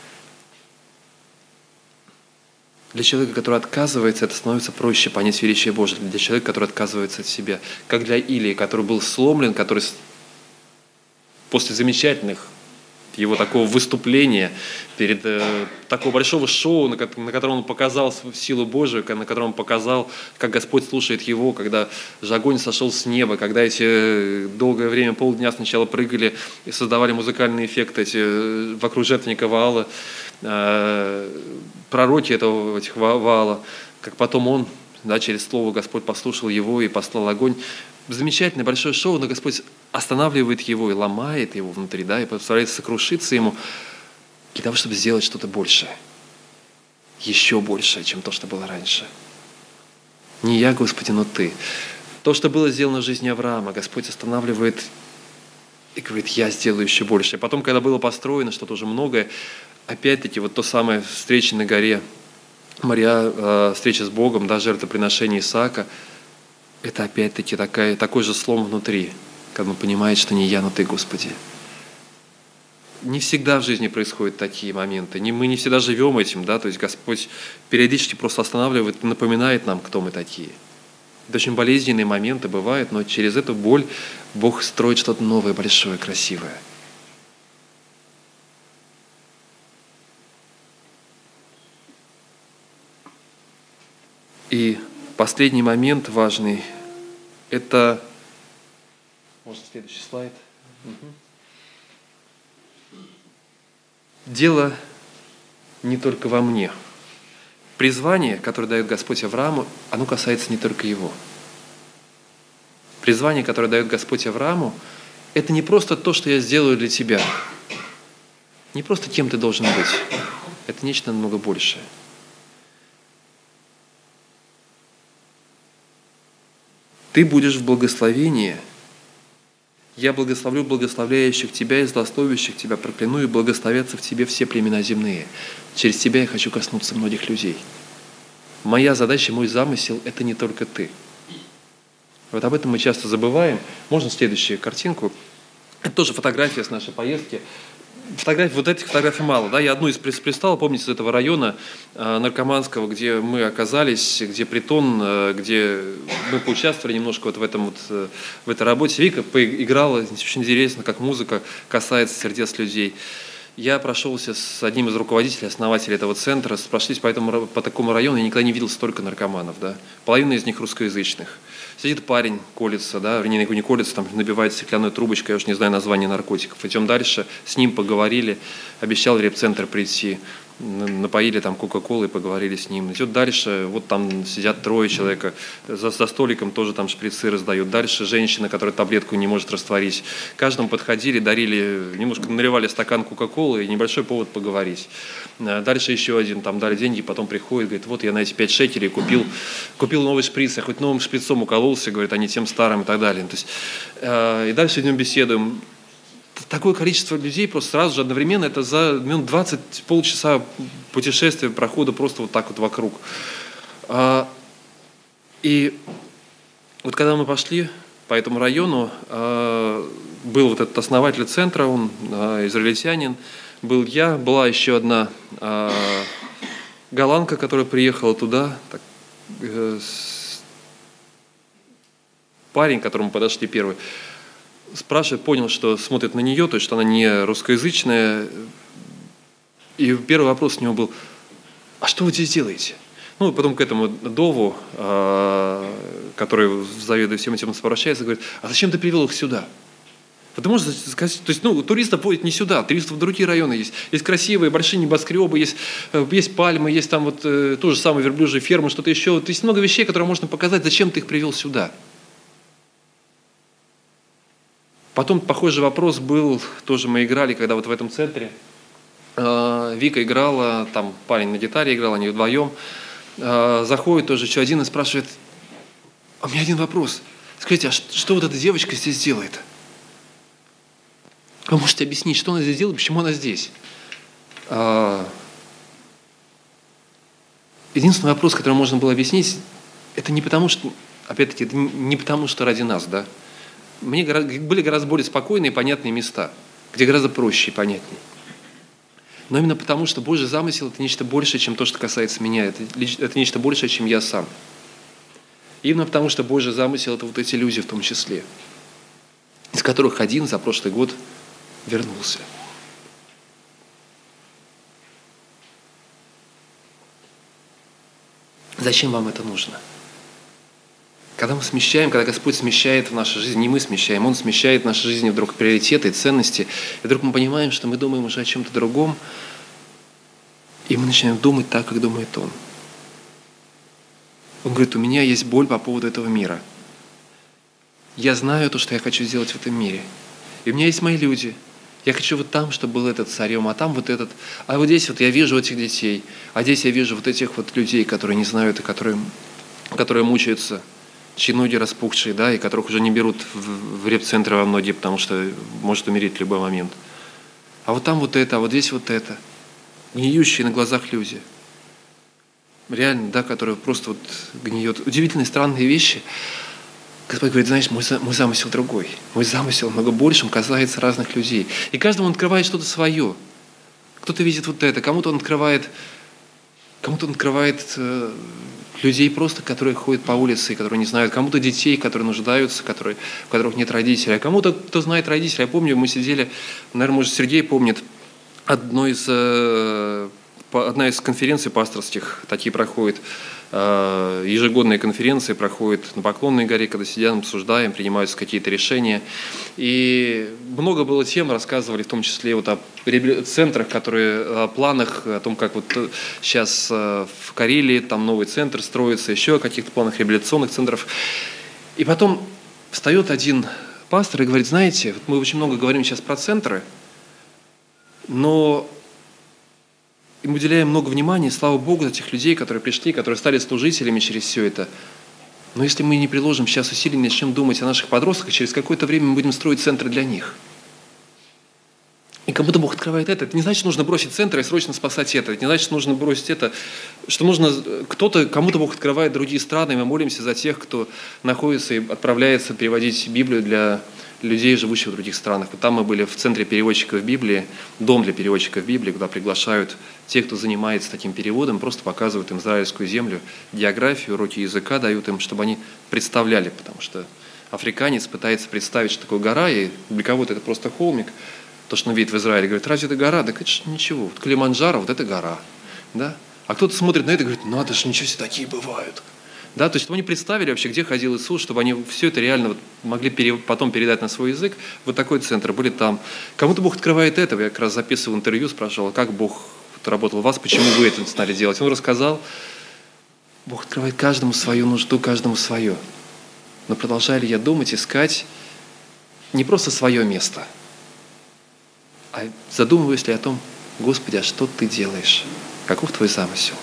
Speaker 3: Для человека, который отказывается, это становится проще понять величие Божие. Для человека, который отказывается от себя. Как для Илии, который был сломлен, который после замечательных его такого выступления, перед такого большого шоу, на котором он показал силу Божию, на котором он показал, как Господь слушает его, когда же огонь сошел с неба, когда эти долгое время, полдня сначала прыгали и создавали музыкальные эффекты эти, вокруг жертвенника Ваала, пророки этих Ваала, как потом он, да, через слово Господь послушал его и послал огонь. Замечательное большое шоу, но Господь останавливает его и ломает его внутри, да, и постарается сокрушиться ему для того, чтобы сделать что-то большее, еще большее, чем то, что было раньше. Не я, Господи, но Ты. То, что было сделано в жизни Авраама, Господь останавливает и говорит: я сделаю еще больше. И потом, когда было построено что-то уже многое, опять-таки вот то самое встреча на горе Мария, встреча с Богом, да, жертвоприношение Исаака, это опять-таки такой же слом внутри, когда он понимает, что не я, но Ты, Господи. Не всегда в жизни происходят такие моменты. Мы не всегда живем этим, да, то есть Господь периодически просто останавливает и напоминает нам, кто мы такие. Это очень болезненные моменты бывают, но через эту боль Бог строит что-то новое, большое, красивое. И последний момент важный – это… Можно следующий слайд. Дело не только во мне. Призвание, которое дает Господь Аврааму, оно касается не только его. Призвание, которое дает Господь Аврааму, это не просто то, что я сделаю для тебя. Не просто кем ты должен быть. Это нечто намного большее. Ты будешь в благословении. Я благословлю благословляющих тебя и злословящих тебя прокляну, и благословятся в тебе все племена земные. Через тебя я хочу коснуться многих людей. Моя задача, мой замысел – это не только ты. Вот об этом мы часто забываем. Можно следующую картинку? Это тоже фотография с нашей поездки. Вот этих фотографий мало. Да? Я одну из прислал, помните, из этого района наркоманского, где мы оказались, где притон, где мы поучаствовали немножко вот в этой работе. Вика поиграла, очень интересно, как музыка касается сердец людей. Я прошелся с одним из руководителей, основателей этого центра, прошлись по такому району, я никогда не видел столько наркоманов. Да? Половина из них русскоязычных. Сидит парень, колется, да, вернее, не колется, там набивает стеклянную трубочку, я уж не знаю название наркотиков. Идем дальше, с ним поговорили, обещал в репцентр прийти, напоили там кока-колы, поговорили с ним. Идет дальше, вот там сидят 3 человека, за столиком тоже там шприцы раздают. Дальше женщина, которая таблетку не может растворить. Каждому подходили, дарили, немножко наливали стакан кока-колы и небольшой повод поговорить. Дальше еще один, там дали деньги, потом приходит, говорит, вот я на эти 5 шекелей купил новый шприц, я хоть новым шприцом укололся, говорит, а не тем старым и так далее. То есть, и дальше идем беседуем. Такое количество людей просто сразу же одновременно, это за минут 20, полчаса путешествия, прохода просто вот так вот вокруг. И вот когда мы пошли по этому району, был вот этот основатель центра, он израильтянин, был я, была еще одна голландка, которая приехала туда, парень, к которому подошли первый, спрашивает, понял, что смотрит на нее, то есть, что она не русскоязычная. И первый вопрос у него был, а что вы здесь делаете? Ну, потом к этому Дову, который заведует всем этим, обращается, говорит, а зачем ты привел их сюда? Потому что, то есть, туристов водят не сюда, туристов в другие районы есть. Есть красивые, большие небоскребы, есть пальмы, есть там вот то же самое верблюжья ферма, что-то еще. То есть много вещей, которые можно показать, зачем ты их привел сюда. Потом похожий вопрос был, тоже мы играли, когда вот в этом центре Вика играла, там парень на гитаре играл, они вдвоем. Заходит тоже еще один и спрашивает, а у меня один вопрос. Скажите, а что вот эта девочка здесь делает? Вы можете объяснить, что она здесь делает, почему она здесь? Единственный вопрос, который можно было объяснить, это не потому, что, опять-таки, это не потому, что ради нас, да. Были гораздо более спокойные и понятные места, где гораздо проще и понятнее. Но именно потому, что Божий замысел – это нечто большее, чем то, что касается меня. Это нечто большее, чем я сам. И именно потому, что Божий замысел – это вот эти люди в том числе, из которых один за прошлый год вернулся. Зачем вам это нужно? Когда мы смещаем, когда Господь смещает в нашей жизни, не мы смещаем, Он смещает в нашей жизни вдруг приоритеты, ценности, и вдруг мы понимаем, что мы думаем уже о чем-то другом, и мы начинаем думать так, как думает Он. Он говорит, у меня есть боль по поводу этого мира. Я знаю то, что я хочу сделать в этом мире. И у меня есть мои люди. Я хочу вот там, чтобы был этот царем, а там вот этот. А вот здесь вот я вижу этих детей, а здесь я вижу вот этих вот людей, которые не знают и которые мучаются, чьи ноги распухшие, да, и которых уже не берут в репцентры во многие, потому что может умереть в любой момент. А вот там вот это, а вот здесь вот это. Гниющие на глазах люди. Реально, да, которые просто вот гниют. Удивительные, странные вещи. Господь говорит, знаешь, мой замысел другой. Мой замысел много большим касается разных людей. И каждому он открывает что-то свое. Кто-то видит вот это, кому-то он открывает людей просто, которые ходят по улице, которые не знают, кому-то детей, которые нуждаются, у которых нет родителей, а кому-то, кто знает родителей. Я помню, мы сидели, наверное, может, Сергей помнит, одна из конференций пасторских, такие проходят, ежегодные конференции проходят на Поклонной горе, когда сидим, обсуждаем, принимаются какие-то решения. И много было тем, рассказывали в том числе вот о центрах, о планах, о том, как вот сейчас в Карелии там новый центр строится, еще о каких-то планах реабилитационных центров. И потом встает один пастор и говорит, знаете, вот мы очень много говорим сейчас про центры, но и мы уделяем много внимания, слава Богу, за тех людей, которые пришли, которые стали служителями через все это. Но если мы не приложим сейчас усилий, начнем думать о наших подростках, через какое-то время мы будем строить центры для них. И как будто Бог открывает это. Это не значит, что нужно бросить центр и срочно спасать это. Это не значит, что нужно бросить это, что нужно кому-то Бог открывает другие страны, и мы молимся за тех, кто находится и отправляется переводить Библию для людей, живущих в других странах. Вот там мы были в центре переводчиков Библии, дом для переводчиков Библии, куда приглашают тех, кто занимается таким переводом, просто показывают им израильскую землю, географию, уроки языка дают им, чтобы они представляли, потому что африканец пытается представить, что такое гора, и для кого-то это просто холмик, то, что он видит в Израиле, говорит, разве это гора? Да это же ничего, вот Килиманджаро, вот это гора, да? А кто-то смотрит на это и говорит, ну это же ничего себе, такие бывают. Да, то есть, чтобы они представили вообще, где ходил Иисус, чтобы они все это реально вот могли потом передать на свой язык. Вот такой центр, были там. Кому-то Бог открывает это. Я как раз записывал интервью, спрашивал, как Бог работал у вас, почему вы это стали делать. Он рассказал, Бог открывает каждому свою нужду, каждому свое. Но продолжаю ли я думать, искать не просто свое место, а задумываюсь ли о том, Господи, а что Ты делаешь? Каков Твой замысел?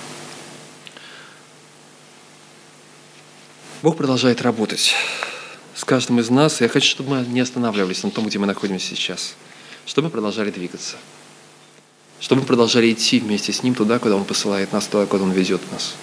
Speaker 3: Бог продолжает работать с каждым из нас. И я хочу, чтобы мы не останавливались на том, где мы находимся сейчас. Чтобы мы продолжали двигаться. Чтобы мы продолжали идти вместе с Ним туда, куда Он посылает нас, туда, куда Он ведет нас.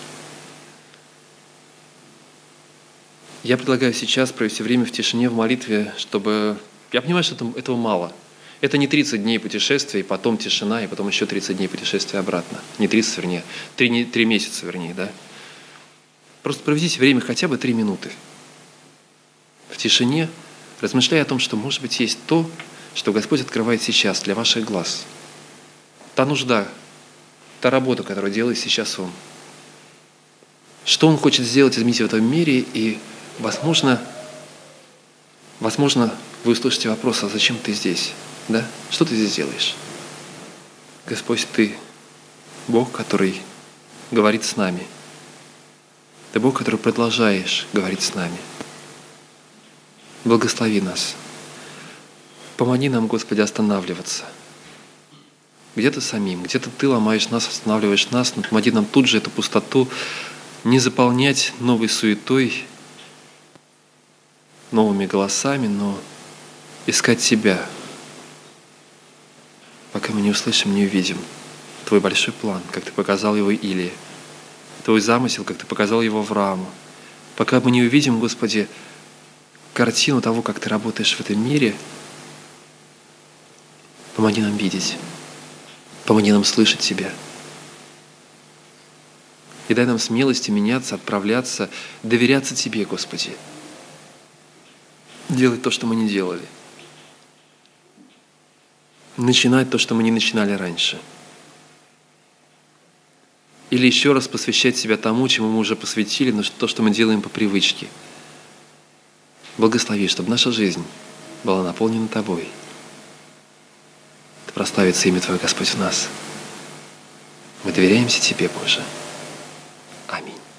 Speaker 3: Я предлагаю сейчас провести время в тишине, в молитве, чтобы... Я понимаю, что этого мало. Это не 30 дней путешествия, и потом тишина, и потом еще 30 дней путешествия обратно. Не 30, вернее. 3 месяца, вернее, да? Просто проведите время хотя бы 3 минуты в тишине, размышляя о том, что, может быть, есть то, что Господь открывает сейчас для ваших глаз. Та нужда, та работа, которую делает сейчас Он. Что Он хочет сделать, изменить в этом мире, и, возможно, вы услышите вопрос, а зачем ты здесь? Да? Что ты здесь делаешь? Господь, Ты Бог, который говорит с нами. Ты Бог, который продолжаешь говорить с нами. Благослови нас. Помоги нам, Господи, останавливаться. Где-то самим, где-то Ты ломаешь нас, останавливаешь нас, но помоги нам тут же эту пустоту не заполнять новой суетой, новыми голосами, но искать Тебя, пока мы не услышим, не увидим Твой большой план, как Ты показал его Илии, Твой замысел, как Ты показал его Аврааму. Пока мы не увидим, Господи, картину того, как Ты работаешь в этом мире, помоги нам видеть, помоги нам слышать Тебя. И дай нам смелости меняться, отправляться, доверяться Тебе, Господи. Делать то, что мы не делали. Начинать то, что мы не начинали раньше. Или еще раз посвящать себя тому, чему мы уже посвятили, но то, что мы делаем по привычке. Благослови, чтобы наша жизнь была наполнена Тобой. Да прославится имя Твое, Господь, в нас. Мы доверяемся Тебе, Боже. Аминь.